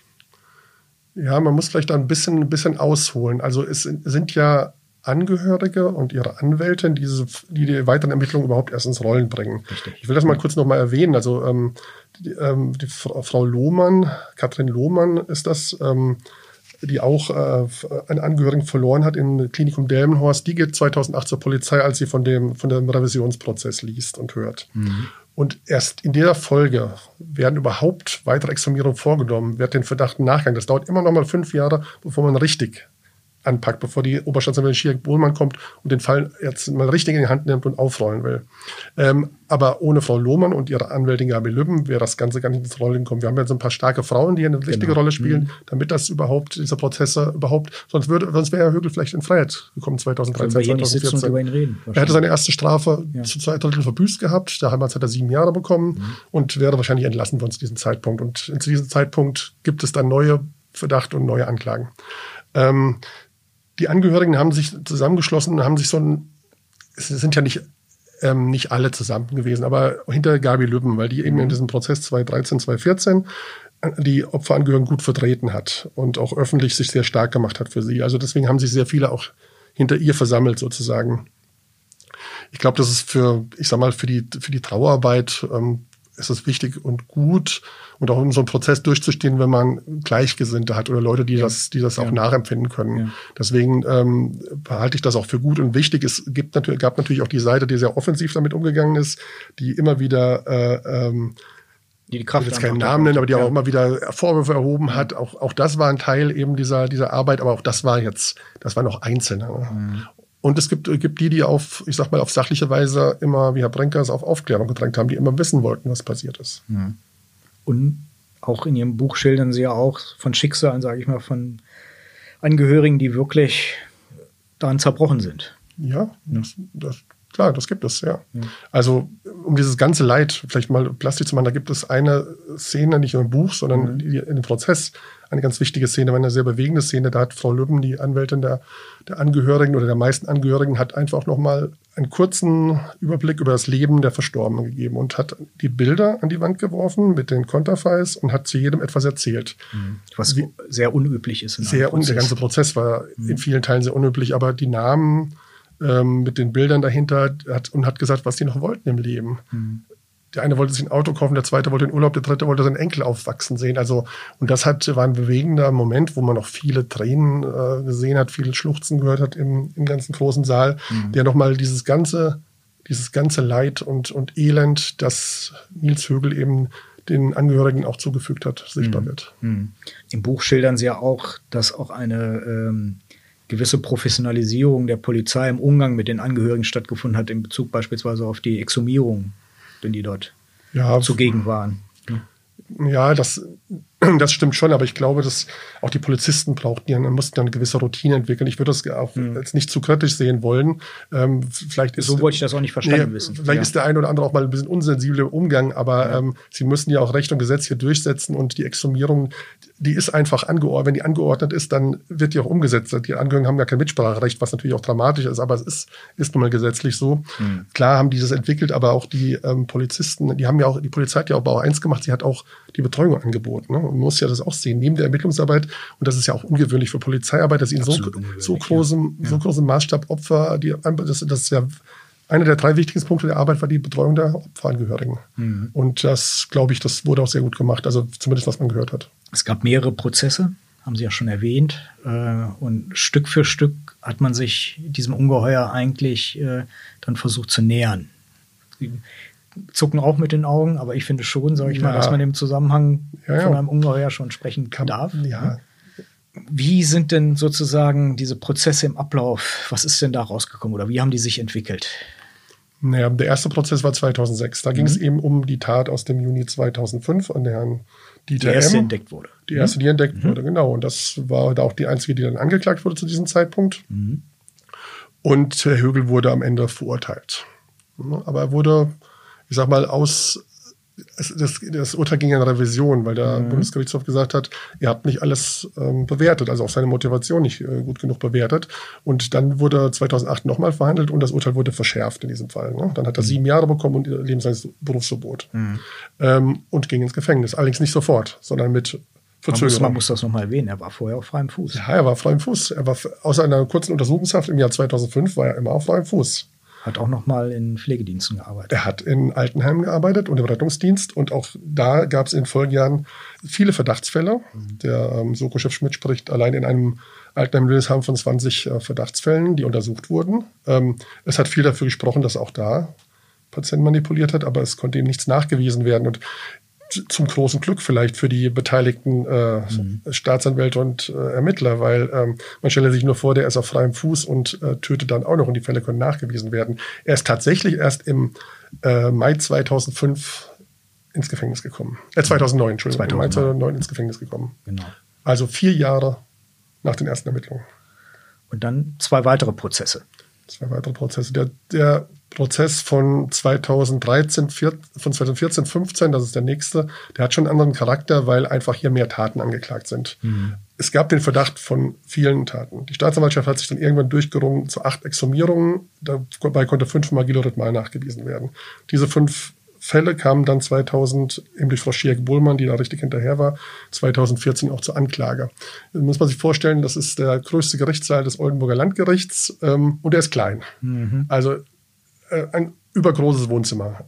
Ja, man muss vielleicht da ein bisschen ausholen. Also es sind ja Angehörige und ihre Anwältin, die weiteren Ermittlungen überhaupt erst ins Rollen bringen. Richtig. Ich will das mal kurz noch mal erwähnen. Also die Frau Lohmann, Katrin Lohmann ist das, die auch einen Angehörigen verloren hat im Klinikum Delmenhorst, die geht 2008 zur Polizei, als sie von dem Revisionsprozess liest und hört. Und erst in dieser Folge werden überhaupt weitere Exhumierungen vorgenommen, wird den Verdacht nachgegangen. Das dauert immer noch mal 5 Jahre, bevor man richtig anpackt, bevor die Oberstaatsanwältin Schierig-Bohlmann kommt und den Fall jetzt mal richtig in die Hand nimmt und aufrollen will. Aber ohne Frau Lohmann und ihre Anwältin Gabi Lübben wäre das Ganze gar nicht ins Rollen gekommen. Wir haben ja so ein paar starke Frauen, die eine wichtige Rolle spielen, damit das überhaupt, diese Prozesse überhaupt, sonst wäre Herr Högel vielleicht in Freiheit gekommen 2013, 2014. Über ihn reden, er hätte seine erste Strafe zu 2 Drittel verbüßt gehabt, damals hat er 7 Jahre bekommen und wäre wahrscheinlich entlassen worden zu diesem Zeitpunkt. Und zu diesem Zeitpunkt gibt es dann neue Verdacht und neue Anklagen. Die Angehörigen haben sich zusammengeschlossen, haben sich es sind ja nicht alle zusammen gewesen, aber hinter Gabi Lübben, weil die eben in diesem Prozess 2013, 2014 die Opferangehörigen gut vertreten hat und auch öffentlich sich sehr stark gemacht hat für sie. Also deswegen haben sich sehr viele auch hinter ihr versammelt sozusagen. Ich glaube, das ist für die Trauerarbeit ist es wichtig und gut und auch in so einem Prozess durchzustehen, wenn man Gleichgesinnte hat oder Leute, die das auch nachempfinden können. Ja. Deswegen halte ich das auch für gut und wichtig. Es gab natürlich auch die Seite, die sehr offensiv damit umgegangen ist, die immer wieder die Kraft, ich will jetzt keinen Namen nennen, aber die auch immer wieder Vorwürfe erhoben hat. Auch das war ein Teil eben dieser Arbeit, aber auch das war noch Einzelne. Und es gibt die auf sachliche Weise immer, wie Herr Brenker es auf Aufklärung gedrängt haben, die immer wissen wollten, was passiert ist. Und auch in Ihrem Buch schildern Sie ja auch von Schicksalen, sage ich mal, von Angehörigen, die wirklich daran zerbrochen sind. Ja, klar, das gibt es, ja. Also, um dieses ganze Leid vielleicht mal plastisch zu machen, da gibt es eine Szene, nicht nur im Buch, sondern in dem Prozess, eine ganz wichtige Szene, eine sehr bewegende Szene. Da hat Frau Lübben, die Anwältin der Angehörigen oder der meisten Angehörigen, hat einfach noch mal einen kurzen Überblick über das Leben der Verstorbenen gegeben und hat die Bilder an die Wand geworfen mit den Konterfeis und hat zu jedem etwas erzählt. Was sehr unüblich ist. Der ganze Prozess war in vielen Teilen sehr unüblich, aber die Namen mit den Bildern dahinter hat gesagt, was die noch wollten im Leben. Der eine wollte sich ein Auto kaufen, der zweite wollte in Urlaub, der dritte wollte seinen Enkel aufwachsen sehen. Also, und das war ein bewegender Moment, wo man noch viele Tränen gesehen hat, viele Schluchzen gehört hat im ganzen großen Saal, der nochmal dieses ganze Leid und Elend, das Nils Högel eben den Angehörigen auch zugefügt hat, sichtbar wird. Im Buch schildern Sie ja auch, dass auch eine gewisse Professionalisierung der Polizei im Umgang mit den Angehörigen stattgefunden hat, in Bezug beispielsweise auf die Exhumierung, wenn die dort zugegen waren. Ja, das stimmt schon, aber ich glaube, dass auch die Polizisten mussten ja eine gewisse Routine entwickeln. Ich würde das auch jetzt nicht zu kritisch sehen wollen. Vielleicht so wollte ich das auch nicht verstanden wissen. Vielleicht ist der eine oder andere auch mal ein bisschen unsensibel im Umgang, aber sie müssen ja auch Recht und Gesetz hier durchsetzen und die Exhumierung, die ist einfach angeordnet. Wenn die angeordnet ist, dann wird die auch umgesetzt. Die Angehörigen haben ja kein Mitspracherecht, was natürlich auch dramatisch ist, aber es ist nun mal gesetzlich so. Klar haben die das entwickelt, aber auch die Polizisten, die Polizei hat ja auch eins gemacht, sie hat auch die Betreuung angeboten. Ne? Man muss ja das auch sehen, neben der Ermittlungsarbeit, und das ist ja auch ungewöhnlich für Polizeiarbeit, dass sie in so großem Maßstab Opfer, das ist ja einer der 3 wichtigsten Punkte der Arbeit war die Betreuung der Opferangehörigen. Und das, glaube ich, das wurde auch sehr gut gemacht, also zumindest was man gehört hat. Es gab mehrere Prozesse, haben Sie ja schon erwähnt, und Stück für Stück hat man sich diesem Ungeheuer eigentlich dann versucht zu nähern. Sie zucken auch mit den Augen, aber ich finde schon, sage ich mal, dass man im Zusammenhang von einem Ungeheuer schon sprechen darf. Ja. Wie sind denn sozusagen diese Prozesse im Ablauf, was ist denn da rausgekommen oder wie haben die sich entwickelt? Naja, der erste Prozess war 2006. Da ging es eben um die Tat aus dem Juni 2005 an Herrn Dieter M. Die erste entdeckt wurde. Die erste, die entdeckt wurde, genau. Und das war da auch die einzige, die dann angeklagt wurde zu diesem Zeitpunkt. Und Herr Högel wurde am Ende verurteilt. Aber er wurde, ich sag mal, das Urteil ging in Revision, weil der Bundesgerichtshof gesagt hat, ihr habt nicht alles bewertet, also auch seine Motivation nicht gut genug bewertet. Und dann wurde 2008 nochmal verhandelt und das Urteil wurde verschärft in diesem Fall. Ne? Dann hat er 7 Jahre bekommen und lebenslanges Berufsverbot und ging ins Gefängnis. Allerdings nicht sofort, sondern mit Verzögerung. Man muss das nochmal erwähnen, er war vorher auf freiem Fuß. Ja, er war auf freiem Fuß. Er war außer einer kurzen Untersuchungshaft im Jahr 2005 war er immer auf freiem Fuß. Hat auch noch mal in Pflegediensten gearbeitet. Er hat in Altenheimen gearbeitet und im Rettungsdienst. Und auch da gab es in Folgejahren viele Verdachtsfälle. Der Soko-Chef Schmidt spricht allein in einem Altenheim Lüdesheim von 20 Verdachtsfällen, die untersucht wurden. Es hat viel dafür gesprochen, dass auch da Patienten manipuliert hat, aber es konnte ihm nichts nachgewiesen werden. Und zum großen Glück vielleicht für die beteiligten Staatsanwälte und Ermittler, weil man stelle sich nur vor, der ist auf freiem Fuß und tötet dann auch noch und die Fälle können nachgewiesen werden. Er ist tatsächlich erst im Mai 2005 ins Gefängnis gekommen. 2009, Entschuldigung. 2009. Mai 2009 ins Gefängnis gekommen. Genau. Also 4 Jahre nach den ersten Ermittlungen. Und dann 2 weitere Prozesse. 2 weitere Prozesse. Der Prozess von 2014, 15, das ist der nächste, der hat schon einen anderen Charakter, weil einfach hier mehr Taten angeklagt sind. Es gab den Verdacht von vielen Taten. Die Staatsanwaltschaft hat sich dann irgendwann durchgerungen zu 8 Exhumierungen. Dabei konnte 5-mal Gilorhythmal nachgewiesen werden. Diese 5 Fälle kamen dann 2000 eben durch Frau Schierk-Bullmann, die da richtig hinterher war, 2014 auch zur Anklage. Das muss man sich vorstellen, das ist der größte Gerichtssaal des Oldenburger Landgerichts und der ist klein. Also ein übergroßes Wohnzimmer.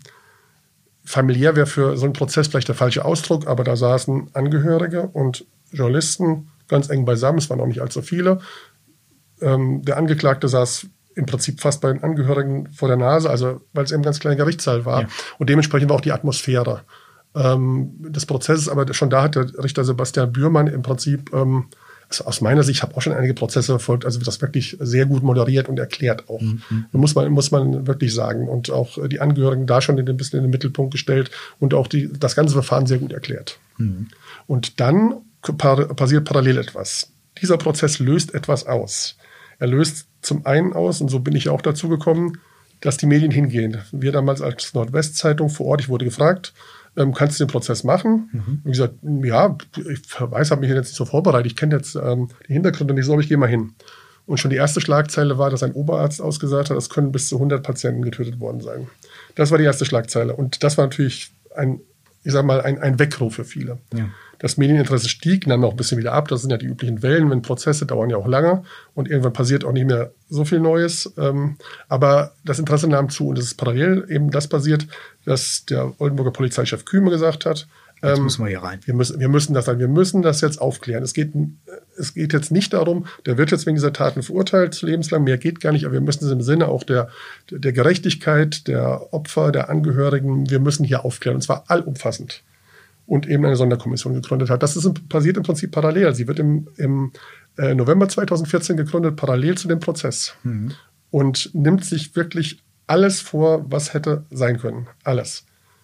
Familiär wäre für so einen Prozess vielleicht der falsche Ausdruck, aber da saßen Angehörige und Journalisten ganz eng beisammen, es waren auch nicht allzu viele. Der Angeklagte saß im Prinzip fast bei den Angehörigen vor der Nase, also weil es eben ein ganz kleiner Gerichtssaal war. Ja. Und dementsprechend war auch die Atmosphäre des Prozesses, aber schon da hat der Richter Sebastian Bührmann im Prinzip, also aus meiner Sicht, ich habe auch schon einige Prozesse verfolgt, also wird das wirklich sehr gut moderiert und erklärt auch. Muss man wirklich sagen. Und auch die Angehörigen da schon ein bisschen in den Mittelpunkt gestellt und auch das ganze Verfahren sehr gut erklärt. Und dann passiert parallel etwas. Dieser Prozess löst etwas aus. Er löst zum einen aus, und so bin ich auch dazu gekommen, dass die Medien hingehen. Wir damals als Nordwestzeitung vor Ort, ich wurde gefragt, kannst du den Prozess machen? Und ich gesagt, ja, ich weiß, habe mich jetzt nicht so vorbereitet, ich kenne jetzt die Hintergründe nicht so, aber ich gehe mal hin. Und schon die erste Schlagzeile war, dass ein Oberarzt ausgesagt hat, es können bis zu 100 Patienten getötet worden sein. Das war die erste Schlagzeile. Und das war natürlich ein Weckruf für viele. Ja. Das Medieninteresse stieg, nahm auch ein bisschen wieder ab. Das sind ja die üblichen Wellen, wenn Prozesse dauern ja auch lange und irgendwann passiert auch nicht mehr so viel Neues. Aber das Interesse nahm zu und es ist parallel eben das passiert, dass der Oldenburger Polizeichef Kühme gesagt hat, jetzt müssen wir hier rein. Wir müssen das jetzt aufklären. Es geht jetzt nicht darum, der wird jetzt wegen dieser Taten verurteilt zu lebenslang, mehr geht gar nicht, aber wir müssen es im Sinne auch der Gerechtigkeit, der Opfer, der Angehörigen, wir müssen hier aufklären, und zwar allumfassend. Und eben eine Sonderkommission gegründet hat. Das passiert im Prinzip parallel. Sie wird im November 2014 gegründet, parallel zu dem Prozess. Mhm. Und nimmt sich wirklich alles vor, was hätte sein können. Alles.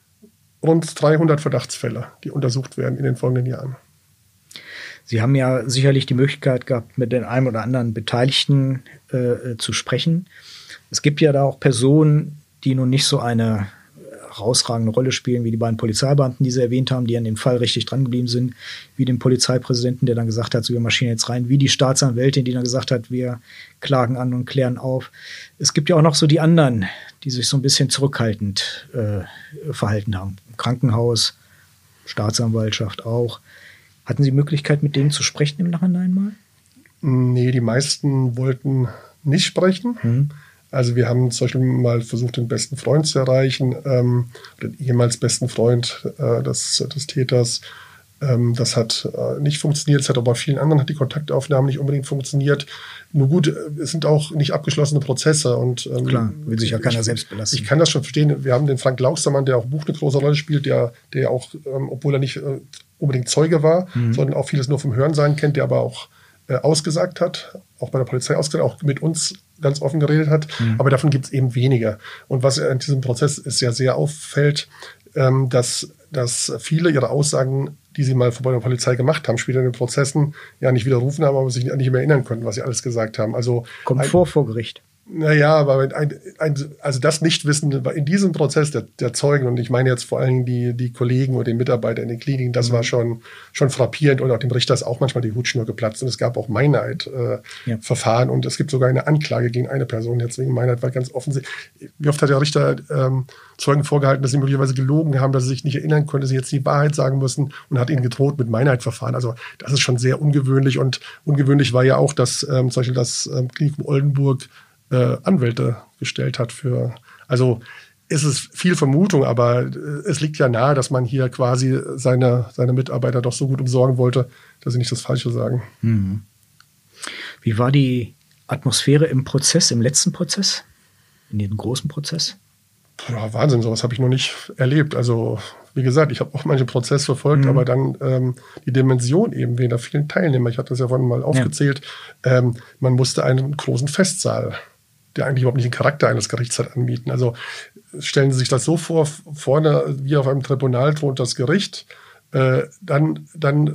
Rund 300 Verdachtsfälle, die untersucht werden in den folgenden Jahren. Sie haben ja sicherlich die Möglichkeit gehabt, mit den einen oder anderen Beteiligten zu sprechen. Es gibt ja da auch Personen, die nun nicht so eine herausragende Rolle spielen, wie die beiden Polizeibeamten, die Sie erwähnt haben, die an dem Fall richtig dran geblieben sind, wie den Polizeipräsidenten, der dann gesagt hat, so, wir marschieren jetzt rein, wie die Staatsanwältin, die dann gesagt hat, wir klagen an und klären auf. Es gibt ja auch noch so die anderen, die sich so ein bisschen zurückhaltend verhalten haben. Im Krankenhaus, Staatsanwaltschaft auch. Hatten Sie Möglichkeit, mit denen zu sprechen im Nachhinein mal? Nee, die meisten wollten nicht sprechen. Mhm. Also wir haben zum Beispiel mal versucht, den besten Freund zu erreichen, den ehemals besten Freund des Täters. Das hat nicht funktioniert. Es hat aber bei vielen anderen hat die Kontaktaufnahme nicht unbedingt funktioniert. Nur gut, es sind auch nicht abgeschlossene Prozesse. Und klar, will sich ja keiner selbst belasten. Ich kann das schon verstehen. Wir haben den Frank Lauchsermann, der auch im Buch eine große Rolle spielt, der auch, obwohl er nicht unbedingt Zeuge war, sondern auch vieles nur vom Hörensagen kennt, der aber auch ausgesagt hat, auch bei der Polizei ausgesagt, auch mit uns ganz offen geredet hat. Aber davon gibt es eben weniger. Und was in diesem Prozess ist ja sehr auffällt, dass viele ihre Aussagen, die sie mal bei der Polizei gemacht haben, später in den Prozessen, ja nicht widerrufen haben, aber sich nicht mehr erinnern konnten, was sie alles gesagt haben. Also kommt vor Gericht. Naja, aber also das Nichtwissen in diesem Prozess der Zeugen, und ich meine jetzt vor allen Dingen die Kollegen oder die Mitarbeiter in den Kliniken, das war schon frappierend, und auch dem Richter ist auch manchmal die Hutschnur geplatzt, und es gab auch Meineid-Verfahren und es gibt sogar eine Anklage gegen eine Person jetzt wegen Meineid, weil ganz offensichtlich, wie oft hat der Richter Zeugen vorgehalten, dass sie möglicherweise gelogen haben, dass sie sich nicht erinnern konnten, dass sie jetzt die Wahrheit sagen müssen, und hat ihnen gedroht mit Meineid-Verfahren. Also das ist schon sehr ungewöhnlich, und ungewöhnlich war ja auch, dass zum Beispiel das Klinikum Oldenburg Anwälte gestellt hat also ist es viel Vermutung, aber es liegt ja nahe, dass man hier quasi seine Mitarbeiter doch so gut umsorgen wollte, dass sie nicht das Falsche sagen. Mhm. Wie war die Atmosphäre im Prozess, im letzten Prozess, in dem großen Prozess? Ja, Wahnsinn, sowas habe ich noch nicht erlebt. Also wie gesagt, ich habe auch manchen Prozess verfolgt, aber dann die Dimension eben wegen der vielen Teilnehmer, ich hatte das ja vorhin mal aufgezählt, man musste einen großen Festsaal, der eigentlich überhaupt nicht den Charakter eines Gerichts hat, anmieten. Also stellen Sie sich das so vor, vorne wie auf einem Tribunal thront das Gericht, dann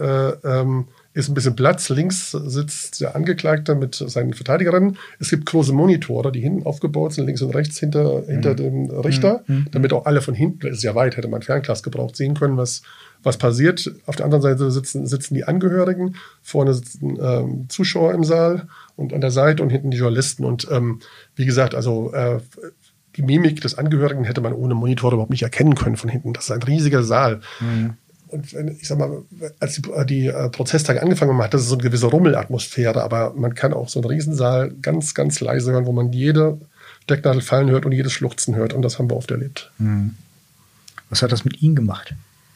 ist ein bisschen Platz, links sitzt der Angeklagte mit seinen Verteidigerinnen. Es gibt große Monitore, die hinten aufgebaut sind, links und rechts hinter dem Richter, damit auch alle von hinten, das ist ja weit, hätte man Fernglas gebraucht, sehen können, was passiert. Auf der anderen Seite sitzen die Angehörigen, vorne sitzen Zuschauer im Saal und an der Seite und hinten die Journalisten. Und wie gesagt, also die Mimik des Angehörigen hätte man ohne Monitor überhaupt nicht erkennen können von hinten. Das ist ein riesiger Saal. Mhm. Und ich sag mal, als die Prozesstage angefangen haben, hat das so eine gewisse Rummelatmosphäre, aber man kann auch so einen Riesensaal ganz, ganz leise hören, wo man jede Stecknadel fallen hört und jedes Schluchzen hört. Und das haben wir oft erlebt. Mhm. Was hat das mit Ihnen gemacht?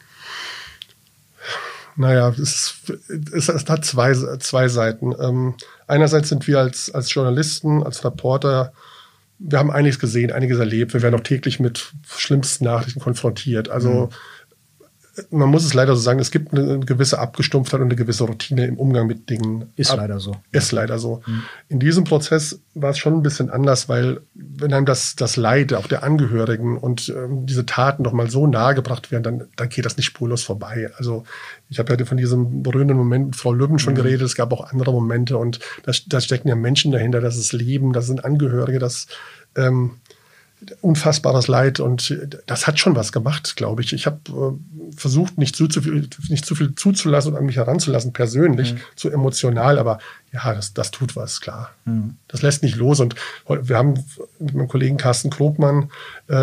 Naja, es hat zwei Seiten. Einerseits sind wir als Journalisten, als Reporter, wir haben einiges gesehen, einiges erlebt. Wir werden auch täglich mit schlimmsten Nachrichten konfrontiert. Also man muss es leider so sagen, es gibt eine gewisse Abgestumpftheit und eine gewisse Routine im Umgang mit Dingen. Ist leider so. Ist leider so. Mhm. In diesem Prozess war es schon ein bisschen anders, weil wenn einem das Leid auch der Angehörigen und diese Taten noch mal so nahe gebracht werden, dann geht das nicht spurlos vorbei. Also ich habe ja von diesem berührenden Moment mit Frau Lübben schon geredet. Es gab auch andere Momente und da stecken ja Menschen dahinter. Das ist Leben, das sind Angehörige, das unfassbares Leid, und das hat schon was gemacht, glaube ich. Ich habe versucht, nicht zu viel zuzulassen und an mich heranzulassen, persönlich, zu emotional, aber ja, das tut was, klar. Mhm. Das lässt nicht los, und wir haben mit meinem Kollegen Carsten Krogmann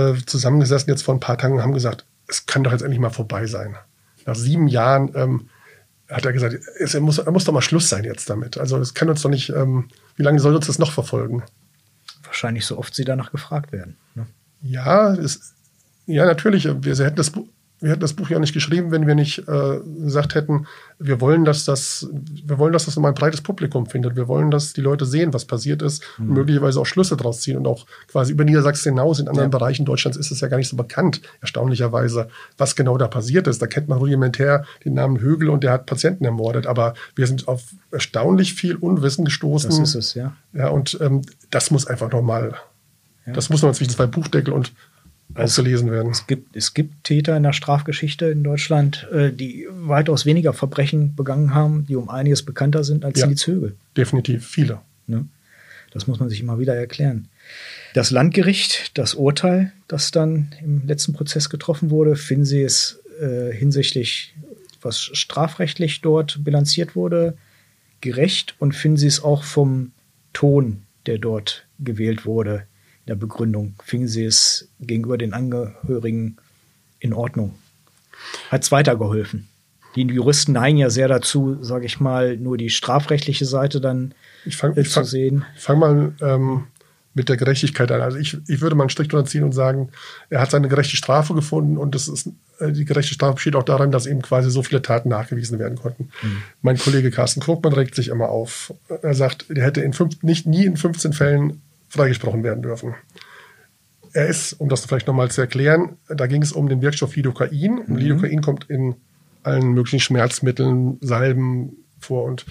zusammengesessen jetzt vor ein paar Tagen und haben gesagt, es kann doch jetzt endlich mal vorbei sein. Nach 7 Jahren hat er gesagt, es muss doch mal Schluss sein jetzt damit. Also es kann uns doch nicht, wie lange soll uns das noch verfolgen? Wahrscheinlich so oft sie danach gefragt werden. Ne? Ja, natürlich. Wir hätten das Buch ja nicht geschrieben, wenn wir nicht gesagt hätten, wir wollen, dass das mal ein breites Publikum findet. Wir wollen, dass die Leute sehen, was passiert ist und möglicherweise auch Schlüsse draus ziehen und auch quasi über Niedersachsen hinaus in anderen Bereichen Deutschlands ist es ja gar nicht so bekannt, erstaunlicherweise, was genau da passiert ist. Da kennt man rudimentär den Namen Högel und der hat Patienten ermordet, aber wir sind auf erstaunlich viel Unwissen gestoßen. Das ist es, ja. Ja, und das muss einfach nochmal, das muss noch zwischen zwei Buchdeckel und ausgelesen werden. Es gibt Täter in der Strafgeschichte in Deutschland, die weitaus weniger Verbrechen begangen haben, die um einiges bekannter sind als Nils Högel. Definitiv, viele. Ne? Das muss man sich immer wieder erklären. Das Landgericht, das Urteil, das dann im letzten Prozess getroffen wurde, finden Sie es hinsichtlich, was strafrechtlich dort bilanziert wurde, gerecht und finden Sie es auch vom Ton, der dort gewählt wurde, der Begründung, finden Sie es gegenüber den Angehörigen in Ordnung? Hat es weitergeholfen? Die Juristen neigen ja sehr dazu, sage ich mal, nur die strafrechtliche Seite dann zu sehen. Ich fange mal mit der Gerechtigkeit an. Also ich würde mal einen Strich drunter ziehen und sagen, er hat seine gerechte Strafe gefunden und die gerechte Strafe besteht auch daran, dass eben quasi so viele Taten nachgewiesen werden konnten. Mein Kollege Carsten Krugmann regt sich immer auf. Er sagt, er hätte nie in 15 Fällen freigesprochen werden dürfen. Er ist, um das vielleicht nochmal zu erklären, da ging es um den Wirkstoff Lidocain. Lidocain kommt in allen möglichen Schmerzmitteln, Salben vor. Und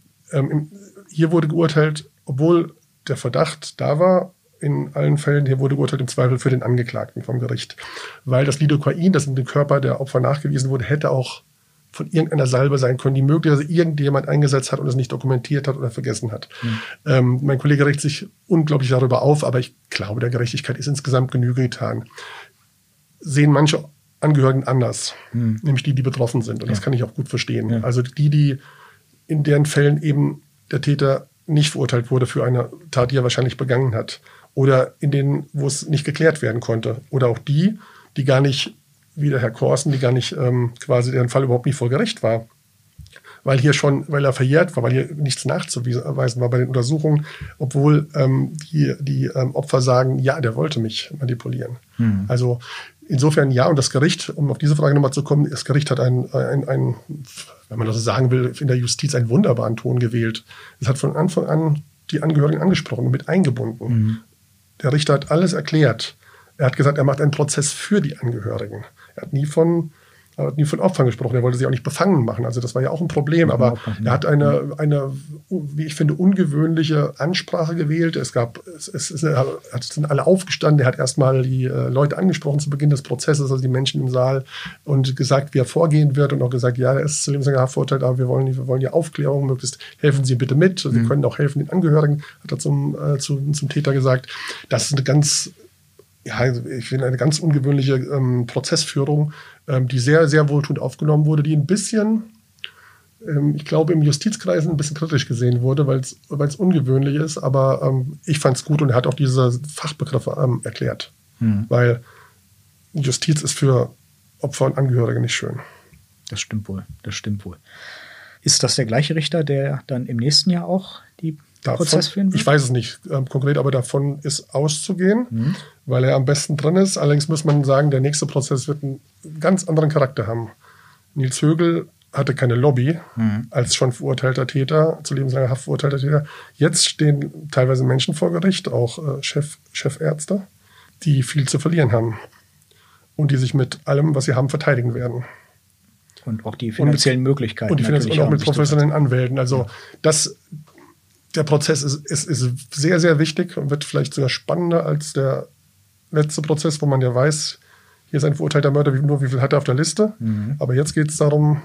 hier wurde geurteilt, obwohl der Verdacht da war, in allen Fällen, hier wurde geurteilt im Zweifel für den Angeklagten vom Gericht. Weil das Lidocain, das in den Körper der Opfer nachgewiesen wurde, hätte auch von irgendeiner Salbe sein können, die möglicherweise irgendjemand eingesetzt hat und es nicht dokumentiert hat oder vergessen hat. Mein Kollege regt sich unglaublich darüber auf, aber ich glaube, der Gerechtigkeit ist insgesamt Genüge getan. Sehen manche Angehörigen anders, nämlich die betroffen sind. Und das kann ich auch gut verstehen. Ja. Also die in deren Fällen eben der Täter nicht verurteilt wurde für eine Tat, die er wahrscheinlich begangen hat. Oder in denen, wo es nicht geklärt werden konnte. Oder auch die gar nicht, wie der Herr Korsen, die gar nicht quasi deren Fall überhaupt nicht vor Gericht war. Weil er verjährt war, weil hier nichts nachzuweisen war bei den Untersuchungen, obwohl die Opfer sagen, ja, der wollte mich manipulieren. Also insofern ja, und das Gericht, um auf diese Frage nochmal zu kommen, das Gericht hat wenn man das so sagen will, in der Justiz einen wunderbaren Ton gewählt. Es hat von Anfang an die Angehörigen angesprochen und mit eingebunden. Der Richter hat alles erklärt. Er hat gesagt, er macht einen Prozess für die Angehörigen. Er hat nie von Opfern gesprochen. Er wollte sie auch nicht befangen machen. Also das war ja auch ein Problem. Aber er hat eine, wie ich finde, ungewöhnliche Ansprache gewählt. Sind alle aufgestanden. Er hat erstmal die Leute angesprochen zu Beginn des Prozesses, also die Menschen im Saal, und gesagt, wie er vorgehen wird. Und auch gesagt, ja, er ist zu lebenslanger Haft verurteilt, aber wir wollen die Aufklärung. Möglichst helfen Sie bitte mit. Sie können auch helfen den Angehörigen, hat er zum Täter gesagt. Das ist ich finde eine ganz ungewöhnliche Prozessführung, die sehr, sehr wohltuend aufgenommen wurde, die ein bisschen, ich glaube, im Justizkreis ein bisschen kritisch gesehen wurde, weil es ungewöhnlich ist. Aber ich fand es gut und er hat auch diese Fachbegriffe erklärt. Weil Justiz ist für Opfer und Angehörige nicht schön. Das stimmt wohl. Ist das der gleiche Richter, der dann im nächsten Jahr auch die Prozess führen wird? Ich weiß es nicht konkret, aber davon ist auszugehen, weil er am besten drin ist. Allerdings muss man sagen, der nächste Prozess wird einen ganz anderen Charakter haben. Nils Högel hatte keine Lobby als schon verurteilter Täter, zu lebenslanger Haft verurteilter Täter. Jetzt stehen teilweise Menschen vor Gericht, auch Chefärzte, die viel zu verlieren haben und die sich mit allem, was sie haben, verteidigen werden. Und auch die finanziellen Möglichkeiten. Und auch mit professionellen Anwälten. Also der Prozess ist sehr, sehr wichtig und wird vielleicht sogar spannender als der letzte Prozess, wo man ja weiß, hier ist ein verurteilter Mörder, wie viel hat er auf der Liste. Aber jetzt geht es darum,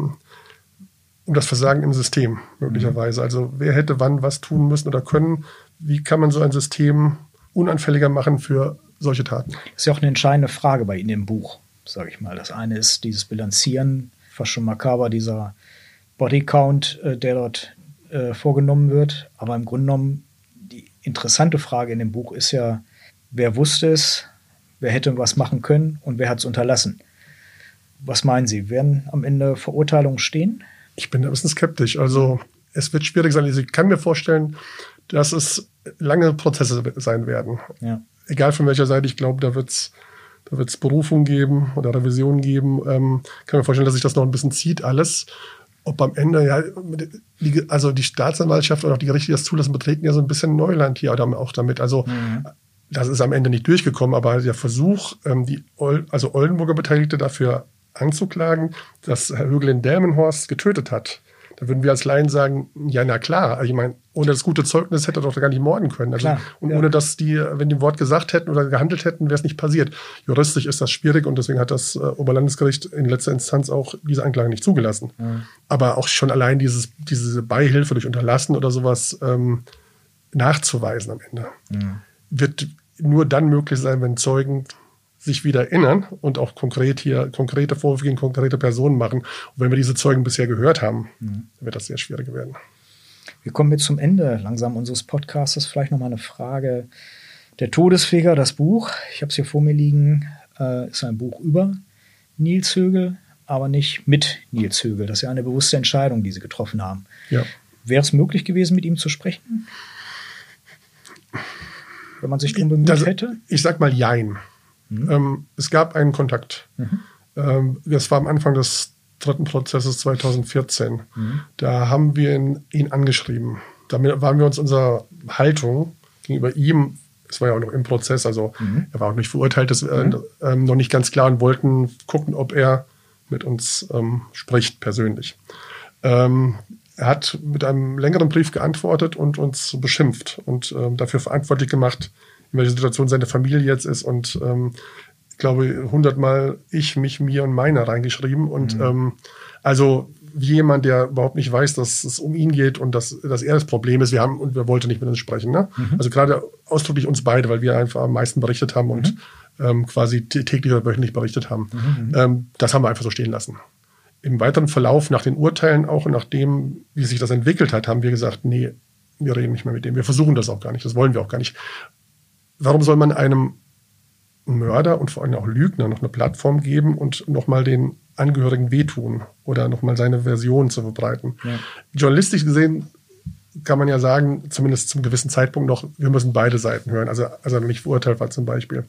um das Versagen im System möglicherweise. Also wer hätte wann was tun müssen oder können. Wie kann man so ein System unanfälliger machen für solche Taten? Das ist ja auch eine entscheidende Frage bei Ihnen im Buch, sage ich mal. Das eine ist dieses Bilanzieren, fast schon makaber, dieser Bodycount, der dort vorgenommen wird. Aber im Grunde genommen, die interessante Frage in dem Buch ist ja, wer wusste es, wer hätte was machen können und wer hat es unterlassen? Was meinen Sie? Werden am Ende Verurteilungen stehen? Ich bin da ein bisschen skeptisch. Also es wird schwierig sein. Also ich kann mir vorstellen, dass es lange Prozesse sein werden. Ja. Egal von welcher Seite, ich glaube, da wird's Berufung geben oder Revision geben. Kann mir vorstellen, dass sich das noch ein bisschen zieht alles. Ob am Ende, also die Staatsanwaltschaft oder auch die Gerichte, die das zulassen, betreten ja so ein bisschen Neuland hier auch damit. Also das ist am Ende nicht durchgekommen, aber der Versuch, also Oldenburger Beteiligte dafür anzuklagen, dass Herr Högel in Delmenhorst getötet hat. Da würden wir als Laien sagen, ja, na klar. Also ich meine, ohne das gute Zeugnis hätte er doch gar nicht morden können. Also, ohne dass wenn die ein Wort gesagt hätten oder gehandelt hätten, wäre es nicht passiert. Juristisch ist das schwierig und deswegen hat das Oberlandesgericht in letzter Instanz auch diese Anklage nicht zugelassen. Aber auch schon allein diese Beihilfe durch Unterlassen oder sowas nachzuweisen am Ende wird nur dann möglich sein, wenn Zeugen sich wieder erinnern und auch konkrete Vorwürfe gegen konkrete Personen machen. Und wenn wir diese Zeugen bisher gehört haben, dann wird das sehr schwierig werden. Wir kommen jetzt zum Ende langsam unseres Podcasts. Vielleicht nochmal eine Frage. Der Todesfeger, das Buch, ich habe es hier vor mir liegen, ist ein Buch über Nils Högel, aber nicht mit Nils Högel. Das ist ja eine bewusste Entscheidung, die Sie getroffen haben. Ja. Wäre es möglich gewesen, mit ihm zu sprechen? Wenn man sich darum bemüht hätte? Ich sag mal jein. Es gab einen Kontakt. Das war am Anfang des 3. Prozesses 2014. Da haben wir ihn angeschrieben. Damit waren wir uns unserer Haltung gegenüber ihm, es war ja auch noch im Prozess, also er war auch nicht verurteilt, noch nicht ganz klar und wollten gucken, ob er mit uns spricht persönlich. Er hat mit einem längeren Brief geantwortet und uns beschimpft und dafür verantwortlich gemacht, in welcher Situation seine Familie jetzt ist und ich glaube 100-mal ich, mich, mir und meiner reingeschrieben und also wie jemand, der überhaupt nicht weiß, dass es um ihn geht und dass er das Problem ist, wir wollten nicht mit uns sprechen. Ne? Also gerade ausdrücklich uns beide, weil wir einfach am meisten berichtet haben und quasi täglich oder wöchentlich berichtet haben. Das haben wir einfach so stehen lassen. Im weiteren Verlauf, nach den Urteilen auch und nachdem, wie sich das entwickelt hat, haben wir gesagt, nee, wir reden nicht mehr mit dem. Wir versuchen das auch gar nicht. Das wollen wir auch gar nicht. Warum soll man einem Mörder und vor allem auch Lügner noch eine Plattform geben und nochmal den Angehörigen wehtun oder nochmal seine Version zu verbreiten? Ja. Journalistisch gesehen kann man ja sagen, zumindest zum gewissen Zeitpunkt noch, wir müssen beide Seiten hören. Also er nicht verurteilt war zum Beispiel.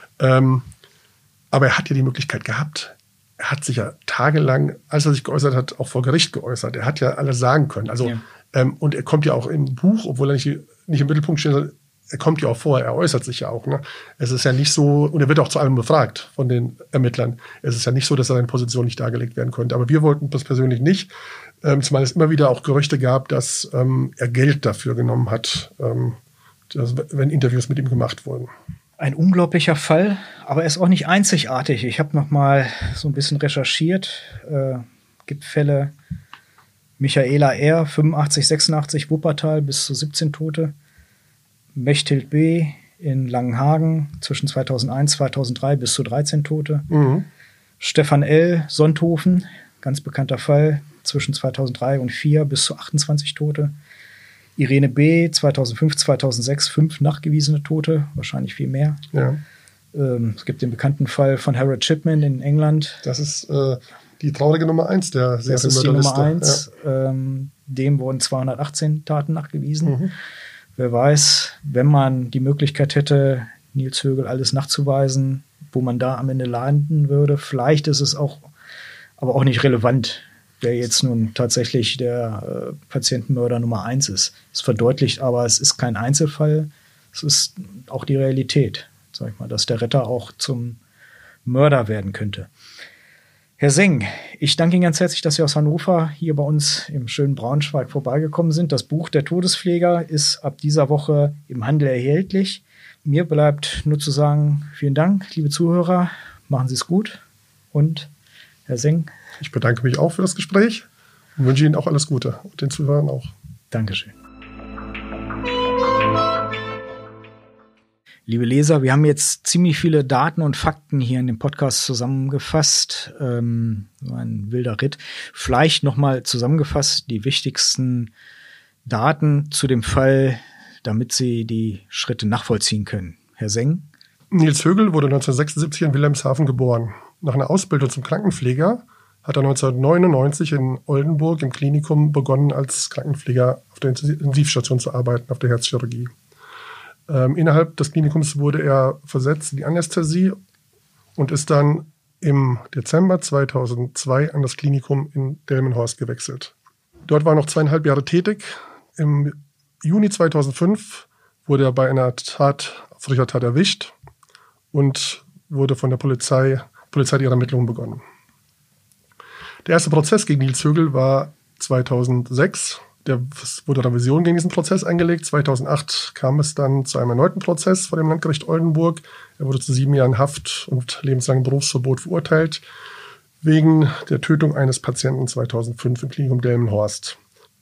Aber er hat ja die Möglichkeit gehabt. Er hat sich ja tagelang, als er sich geäußert hat, auch vor Gericht geäußert. Er hat ja alles sagen können. Also und er kommt ja auch im Buch, obwohl er nicht im Mittelpunkt steht, er kommt ja auch vor, er äußert sich ja auch. Ne? Es ist ja nicht so, und er wird auch zu allem befragt von den Ermittlern. Es ist ja nicht so, dass seine Position nicht dargelegt werden konnte. Aber wir wollten das persönlich nicht, zumal es immer wieder auch Gerüchte gab, dass er Geld dafür genommen hat, wenn Interviews mit ihm gemacht wurden. Ein unglaublicher Fall, aber er ist auch nicht einzigartig. Ich habe noch mal so ein bisschen recherchiert. Gibt Fälle, Michaela R., 85, 86, Wuppertal, bis zu 17 Tote. Mechthild B. in Langenhagen zwischen 2001 und 2003 bis zu 13 Tote. Stefan L. Sonthofen, ganz bekannter Fall, zwischen 2003 und 2004 bis zu 28 Tote. Irene B. 2005, 2006 5 nachgewiesene Tote, wahrscheinlich viel mehr. Ja. Es gibt den bekannten Fall von Harold Shipman in England. Das ist die traurige Nummer 1 der Serienmörderliste. Das ist die Nummer 1. Ja. Dem wurden 218 Taten nachgewiesen. Wer weiß, wenn man die Möglichkeit hätte, Nils Högel alles nachzuweisen, wo man da am Ende landen würde. Vielleicht ist es auch, aber auch nicht relevant, wer jetzt nun tatsächlich der Patientenmörder Nummer 1 ist. Es verdeutlicht aber, es ist kein Einzelfall. Es ist auch die Realität, sag ich mal, dass der Retter auch zum Mörder werden könnte. Herr Seng, ich danke Ihnen ganz herzlich, dass Sie aus Hannover hier bei uns im schönen Braunschweig vorbeigekommen sind. Das Buch Der Todespfleger ist ab dieser Woche im Handel erhältlich. Mir bleibt nur zu sagen, vielen Dank, liebe Zuhörer, machen Sie es gut. Und Herr Seng. Ich bedanke mich auch für das Gespräch und wünsche Ihnen auch alles Gute und den Zuhörern auch. Dankeschön. Liebe Leser, wir haben jetzt ziemlich viele Daten und Fakten hier in dem Podcast zusammengefasst. So ein wilder Ritt. Vielleicht nochmal zusammengefasst die wichtigsten Daten zu dem Fall, damit Sie die Schritte nachvollziehen können. Herr Seng? Nils Högel wurde 1976 in Wilhelmshaven geboren. Nach einer Ausbildung zum Krankenpfleger hat er 1999 in Oldenburg im Klinikum begonnen, als Krankenpfleger auf der Intensivstation zu arbeiten, auf der Herzchirurgie. Innerhalb des Klinikums wurde er versetzt in die Anästhesie und ist dann im Dezember 2002 an das Klinikum in Delmenhorst gewechselt. Dort war er noch 2,5 Jahre tätig. Im Juni 2005 wurde er bei einer frischer Tat erwischt und wurde von der Polizei hat ihre Ermittlungen begonnen. Der erste Prozess gegen Nils Högel war 2006. Wurde Revision gegen diesen Prozess eingelegt. 2008 kam es dann zu einem erneuten Prozess vor dem Landgericht Oldenburg. Er wurde zu 7 Jahren Haft und lebenslangem Berufsverbot verurteilt, wegen der Tötung eines Patienten 2005 im Klinikum Delmenhorst.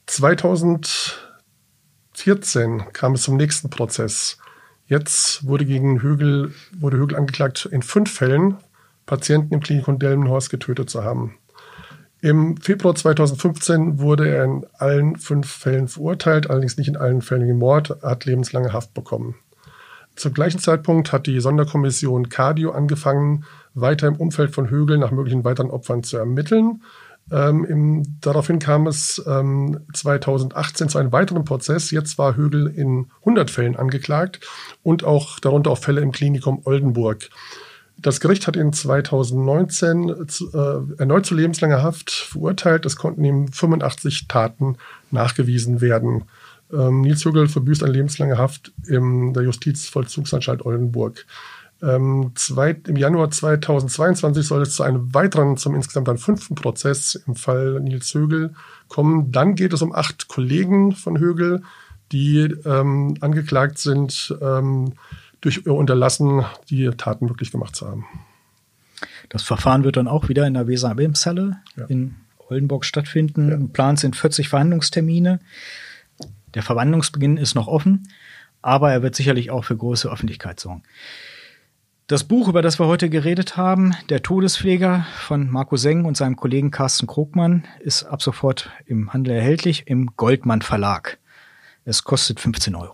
2014 kam es zum nächsten Prozess. Jetzt wurde Högel angeklagt, in 5 Fällen Patienten im Klinikum Delmenhorst getötet zu haben. Im Februar 2015 wurde er in allen 5 Fällen verurteilt, allerdings nicht in allen Fällen wegen Mord. Er hat lebenslange Haft bekommen. Zum gleichen Zeitpunkt hat die Sonderkommission Cardio angefangen, weiter im Umfeld von Högel nach möglichen weiteren Opfern zu ermitteln. Daraufhin kam es 2018 zu einem weiteren Prozess. Jetzt war Högel in 100 Fällen angeklagt und darunter auch Fälle im Klinikum Oldenburg. Das Gericht hat ihn 2019 erneut zu lebenslanger Haft verurteilt. Es konnten ihm 85 Taten nachgewiesen werden. Nils Högel verbüßt eine lebenslange Haft in der Justizvollzugsanstalt Oldenburg. Im Januar 2022 soll es zu einem weiteren, zum insgesamt dann 5. Prozess im Fall Nils Högel kommen. Dann geht es um 8 Kollegen von Högel, die angeklagt sind, durch ihr Unterlassen die Taten wirklich gemacht zu haben. Das Verfahren wird dann auch wieder in der Weser-Wilhelmshalle in Oldenburg stattfinden. Im Plan sind 40 Verhandlungstermine. Der Verhandlungsbeginn ist noch offen, aber er wird sicherlich auch für große Öffentlichkeit sorgen. Das Buch, über das wir heute geredet haben, Der Todespfleger von Marco Seng und seinem Kollegen Carsten Krogmann, ist ab sofort im Handel erhältlich im Goldmann Verlag. Es kostet 15 €.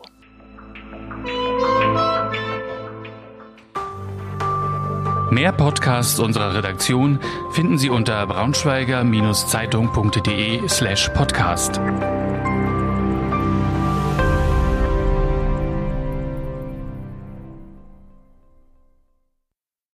Mehr Podcasts unserer Redaktion finden Sie unter braunschweiger-zeitung.de/podcast.